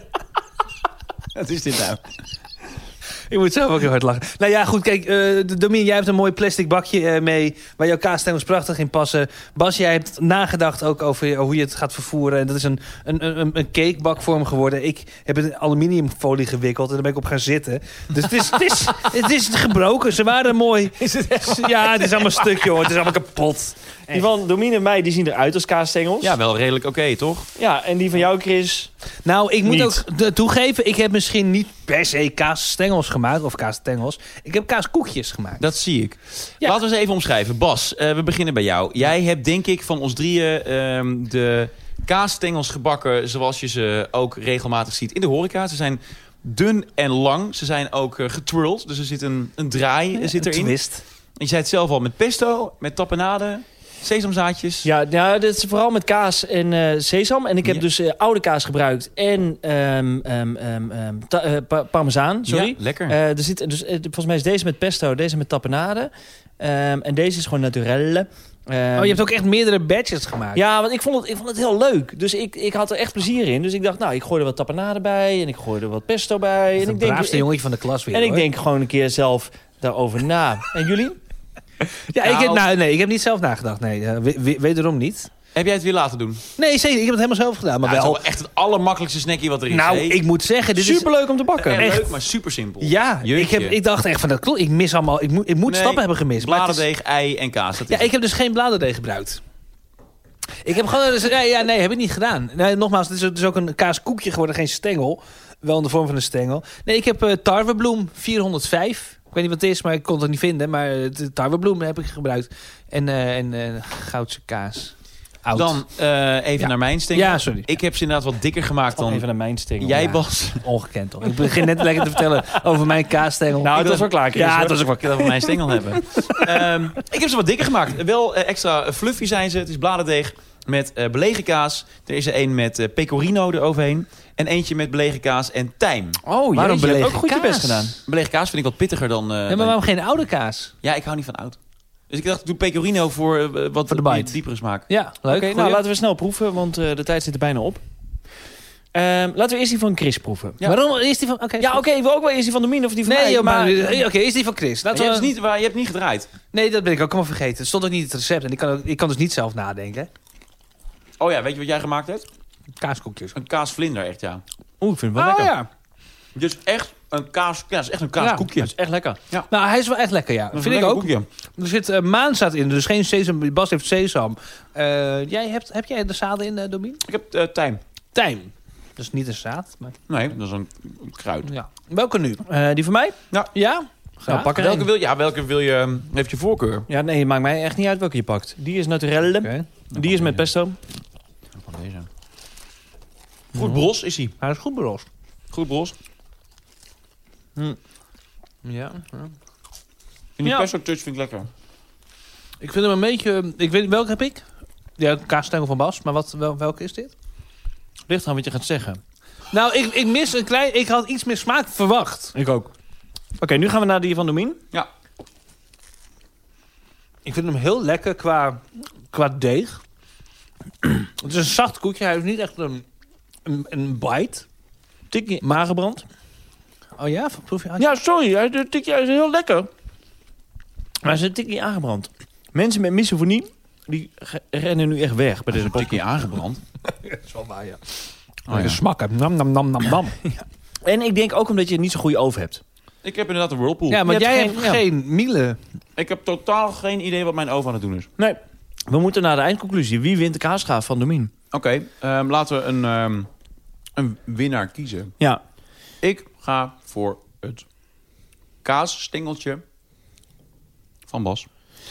Wat is dit nou? Ik moet zelf ook heel hard lachen. Nou ja, goed, kijk, Domien, jij hebt een mooi plastic bakje mee... waar jouw kaasstengels prachtig in passen. Bas, jij hebt nagedacht ook over hoe je het gaat vervoeren. En dat is een cakebakvorm geworden. Ik heb het in aluminiumfolie gewikkeld en daar ben ik op gaan zitten. Dus het is gebroken. Ze waren mooi. Is het echt? Ja, het is allemaal stuk, joh. Het is allemaal kapot. Die van Domien en mij, die zien eruit als kaasstengels. Ja, wel redelijk oké, toch? Ja, en die van jou, Chris... Nou, ik moet Niet. ook toegeven... ik heb misschien niet per se kaasstengels gemaakt... of kaasstengels. Ik heb kaaskoekjes gemaakt. Dat zie ik. Ja. Laten we eens even omschrijven. Bas, we beginnen bij jou. Jij hebt denk ik van ons drieën de kaasstengels gebakken... zoals je ze ook regelmatig ziet in de horeca. Ze zijn dun en lang. Ze zijn ook getwirled. Dus er zit een draai zit erin. Twist. En je zei het zelf al, met pesto, met tapenade... Sesamzaadjes. Ja, dat is vooral met kaas en sesam. En ik heb dus oude kaas gebruikt en parmezaan, sorry. Ja, lekker. Er zit, dus, volgens mij is deze met pesto, deze met tapenade. En deze is gewoon naturelle. Je hebt ook echt meerdere batches gemaakt. Ja, want ik vond het heel leuk. Dus ik had er echt plezier in. Dus ik dacht, nou, ik gooi er wat tapenade bij en ik gooi er wat pesto bij. Dat is en het ik braafste denk, jongetje van de klas weer. En ik hoor. denk gewoon een keer zelf daarover na. En jullie? Ja, ik heb niet zelf nagedacht. Nee, wederom niet. Heb jij het weer laten doen? Nee, zeker. Ik heb het helemaal zelf gedaan. Maar Het is wel... wel echt het allermakkelijkste snackje wat er is. Nou, hè? ik moet zeggen... Dit Superleuk om te bakken. En echt. leuk, maar super simpel. Ja, Jeetje. ik dacht echt van dat klopt. Ik mis allemaal... Ik moet stappen hebben gemist. Maar het is- Bladerdeeg, ei en kaas. Dat is Ja, ik heb dus geen bladerdeeg gebruikt. Ik heb gewoon... Nee, heb ik niet gedaan. Nee, nogmaals, het is ook een kaaskoekje geworden. Geen stengel. Wel in de vorm van een stengel. Nee, ik heb tarwebloem 405. Ik weet niet wat het is, maar ik kon het niet vinden. Maar de tarwebloem heb ik gebruikt. En goudse kaas. Oud. Dan even naar mijn stengel. Ja, sorry. Ik heb ze inderdaad wat dikker gemaakt dan Even naar mijn stengel. jij, Ja. Bas. Ongekend toch? Ik begin net lekker te vertellen over mijn kaasstengel. Nou, het was wel klaar, Chris, Ja, hoor. het was ook wel Ik wil over mijn stengel hebben. Ik heb ze wat dikker gemaakt. Wel extra fluffy zijn ze. Het is bladerdeeg met belegen kaas. Er is er een met pecorino eroverheen. En eentje met belegen kaas en tijm. Oh, Waarom jeetje, je hebt ook belegen goed je best kaas? gedaan. Belegen kaas vind ik wat pittiger dan... Ja, maar waarom geen oude kaas? Ja, ik hou niet van oud. Dus ik dacht, doe pecorino voor wat Voor de bite. diepere smaak. Ja, leuk. Oké, nou laten we snel proeven, want de tijd zit er bijna op. Laten we eerst die van Chris proeven. Ja. Waarom is die van... Ja, oké, ik wil ook wel eerst die van Domien of die van mij. Nee, joh, maar... maar Oké, is die van Chris. Je hebt niet gedraaid. Nee, dat ben ik ook helemaal vergeten. Het stond ook niet in het recept. En ik kan dus niet zelf nadenken. Oh ja, weet je wat jij gemaakt hebt? Kaaskoekjes. Een kaasvlinder, echt, ja. ik vind het wel lekker. ja. Dus echt een kaas... Ja, het is echt een kaaskoekje. Dat is echt lekker. Nou, hij is wel echt lekker, ja. Dat is Vind een ik ook. lekker koekje. Er zit maanzaad in, dus geen sesam. Bas heeft sesam. Heb jij de zaden in, Domien? Ik heb tijm. Tijm. Dat is niet een zaad, maar... Nee, dat is een kruid. Ja. Welke nu? Die van mij? Ja? Nou, pak er Welke wil je... Heeft je voorkeur? Ja, nee, het maakt mij echt niet uit welke je pakt. Die is naturelle. Oké. Die is met pesto. Van deze. Goed bros is hij. Hij is goed berost. Goed bros. Ja. En die pesto touch vind ik lekker. Ik vind hem een beetje... Ik weet niet, welke heb ik? Ja, kaasstengel van Bas. Maar welke is dit? Ligt aan wat je gaat zeggen. Nou, ik mis een klein... Ik had iets meer smaak verwacht. Ik ook. Oké, nu gaan we naar die van Domien. Ja. Ik vind hem heel lekker qua deeg. Het is een zacht koekje. Hij is niet echt een bite. Tikje magenbrand. Oh ja? Proef je? Ja, sorry. De tikje is heel lekker. Maar hij is een tikje aangebrand. Mensen met misofonie, die rennen nu echt weg bij deze Tikje aangebrand. Dat is wel waar, ja. Oh, ja. Smakken. Nam, nam, nam, nam, nam. En ik denk ook omdat je niet zo goede oven hebt. Ik heb inderdaad een Whirlpool. Ja, maar Je jij hebt hebt geen- geen Miele. Ik heb totaal geen idee wat mijn oven aan het doen is. Nee. We moeten naar de eindconclusie. Wie wint de kaasschaaf van Domien? Oké, laten we een winnaar kiezen. Ja. Ik ga voor het kaasstengeltje van Bas.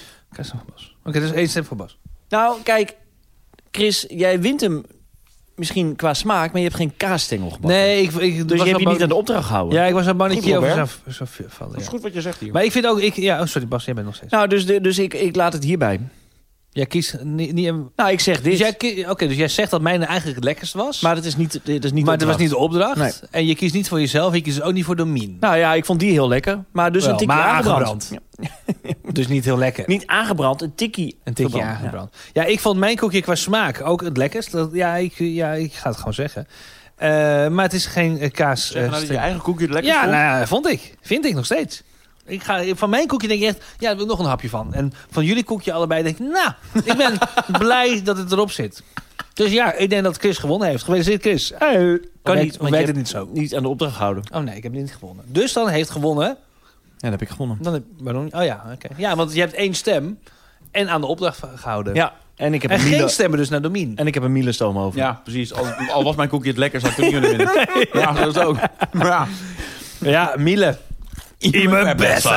Oké, dat is 1 stem voor Bas. Nou, kijk. Chris, jij wint hem misschien qua smaak, maar je hebt geen kaasstengel gebakken. Nee, Dus je hebt je niet aan de opdracht gehouden. Ja, ik was een mannetje Goed, over Robert. zo vallen. Dat is Ja. goed wat je zegt hier. Maar ik vind ook... sorry Bas, jij bent nog steeds. Nou, dus ik laat het hierbij. Jij kiest niet... Nou, ik zeg Dus dit. dus jij zegt dat mijne eigenlijk het lekkerst was. Maar dat is niet de maar dat was opdracht. niet de opdracht. Nee. En je kiest niet voor jezelf. Je kiest ook niet voor Domien. Nou ja, ik vond die heel lekker. Maar dus Wel, een tikje maar aangebrand. aangebrand. Dus niet heel lekker. Niet aangebrand, een tikkie. Een tikje verbrand, aangebrand. Ja, ik vond mijn koekje qua smaak ook het lekkerst. Ik ga het gewoon zeggen. Maar het is geen kaas. Zeg nou dat je eigen koekje het lekker ja, vond? nou, vond ik. Vind ik nog steeds. Van mijn koekje denk ik echt, ja, daar wil ik nog een hapje van. En van jullie koekje allebei denk ik, nou, ik ben blij dat het erop zit. Dus ja, ik denk dat Chris gewonnen heeft. Gefeliciteerd Chris. Kan niet, Of want werkt je het niet zo? niet aan de opdracht gehouden. Oh nee, ik heb niet gewonnen. Dus dan heeft gewonnen. Ja, dan heb ik gewonnen. Waarom? Oh ja, oké. Ja, want je hebt 1 stem en aan de opdracht gehouden. Ja, en ik heb En een geen Miele, stemmen dus naar Domien. en ik heb een Miele stoom over. Ja, precies. Al was mijn koekje het lekker, zou ik het niet kunnen winnen. Ja, dat is het ook. Maar ja. Ja, Miele. Iemand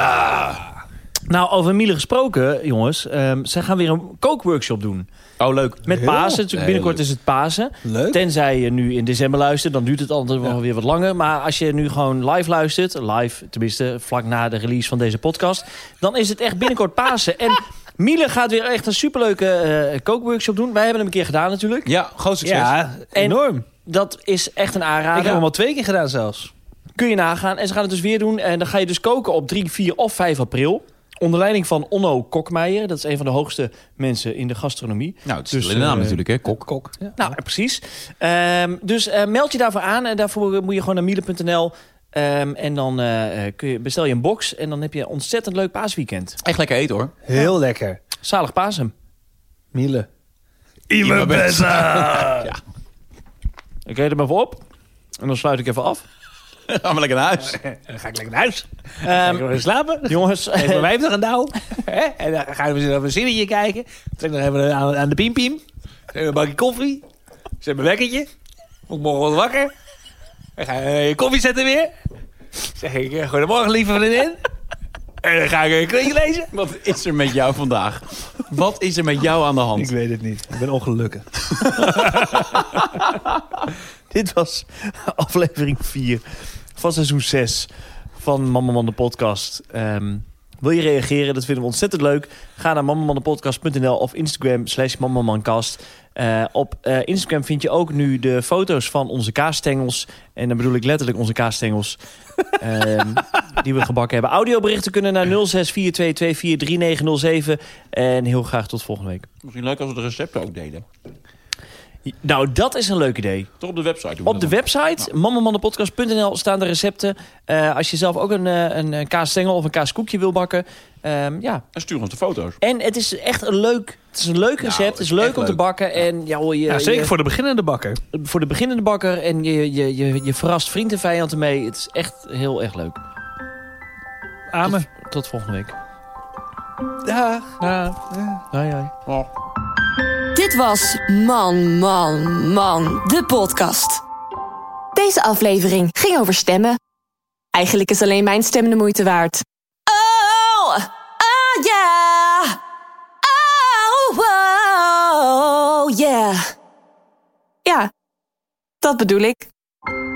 Nou, over Miele gesproken, jongens. Zij gaan weer een kookworkshop doen. Oh, leuk. Met Heel Pasen. Natuurlijk binnenkort is het Pasen. Leuk. Tenzij je nu in december luistert, dan duurt het altijd wel Ja. weer wat langer. Maar als je nu gewoon live luistert, live tenminste vlak na de release van deze podcast, dan is het echt binnenkort Pasen. En Miele gaat weer echt een superleuke kookworkshop doen. Wij hebben hem een keer gedaan natuurlijk. Ja, groot succes. Ja, enorm. Dat is echt een Ik aanrader. heb hem al 2 keer gedaan zelfs. Kun je nagaan. En ze gaan het dus weer doen. En dan ga je dus koken op 3, 4 of 5 april. Onder leiding van Onno Kokmeijer. Dat is een van de hoogste mensen in de gastronomie. Nou, het is Dus, de naam natuurlijk, hè? Kok. Kok. Ja. Nou, precies. Dus meld je daarvoor aan. En daarvoor moet je gewoon naar miele.nl. En dan bestel je een box. En dan heb je een ontzettend leuk paasweekend. Echt lekker eten, hoor. Heel lekker. Zalig Pasen. Miele. Iemand best. Ik eet hem even op. En dan sluit ik even af. Gaan we lekker naar huis. En dan ga ik lekker naar huis. Ehm, Lekker slapen. jongens, Even wij nog een douw. En dan gaan we op een zinnetje kijken. Trek nog even aan de piempiem. Neem een bakje koffie. Zet mijn wekkertje. Word ik morgen wat wakker. Dan ga je koffie zetten weer. Zeg ik, goedemorgen lieve vriendin. En dan ga ik een krantje lezen. Wat is er met jou vandaag? Wat is er met jou aan de hand? weet het niet. Ik ben ongelukkig. dit was aflevering 4 van seizoen 6 van Mama Man de podcast. Wil je reageren? Dat vinden we ontzettend leuk. Ga naar mamamandepodcast.nl of Instagram /mamamancast. Op Instagram vind je ook nu de foto's van onze kaasstengels. En dan bedoel ik letterlijk onze kaasstengels. Die we gebakken hebben. Audioberichten kunnen naar 0642243907. En heel graag tot volgende week. Misschien leuk als we de recepten ook deden. Nou, dat is een leuk idee. Toch op de website doen. Op de website, manmanmannenpodcast.nl, staan de recepten. Als je zelf ook een kaasstengel of een kaaskoekje wil bakken. En stuur ons de foto's. En het is echt een leuk recept. Het is leuk om te bakken. En zeker voor de beginnende bakker. Voor de beginnende bakker. En je verrast vriend en vijand ermee. Het is echt heel erg leuk. Amen. Tot volgende week. Dag. Hoi. Dit was Man, de podcast. Deze aflevering ging over stemmen. Eigenlijk is alleen mijn stem de moeite waard. Oh, yeah. Oh, yeah. Ja, dat bedoel ik.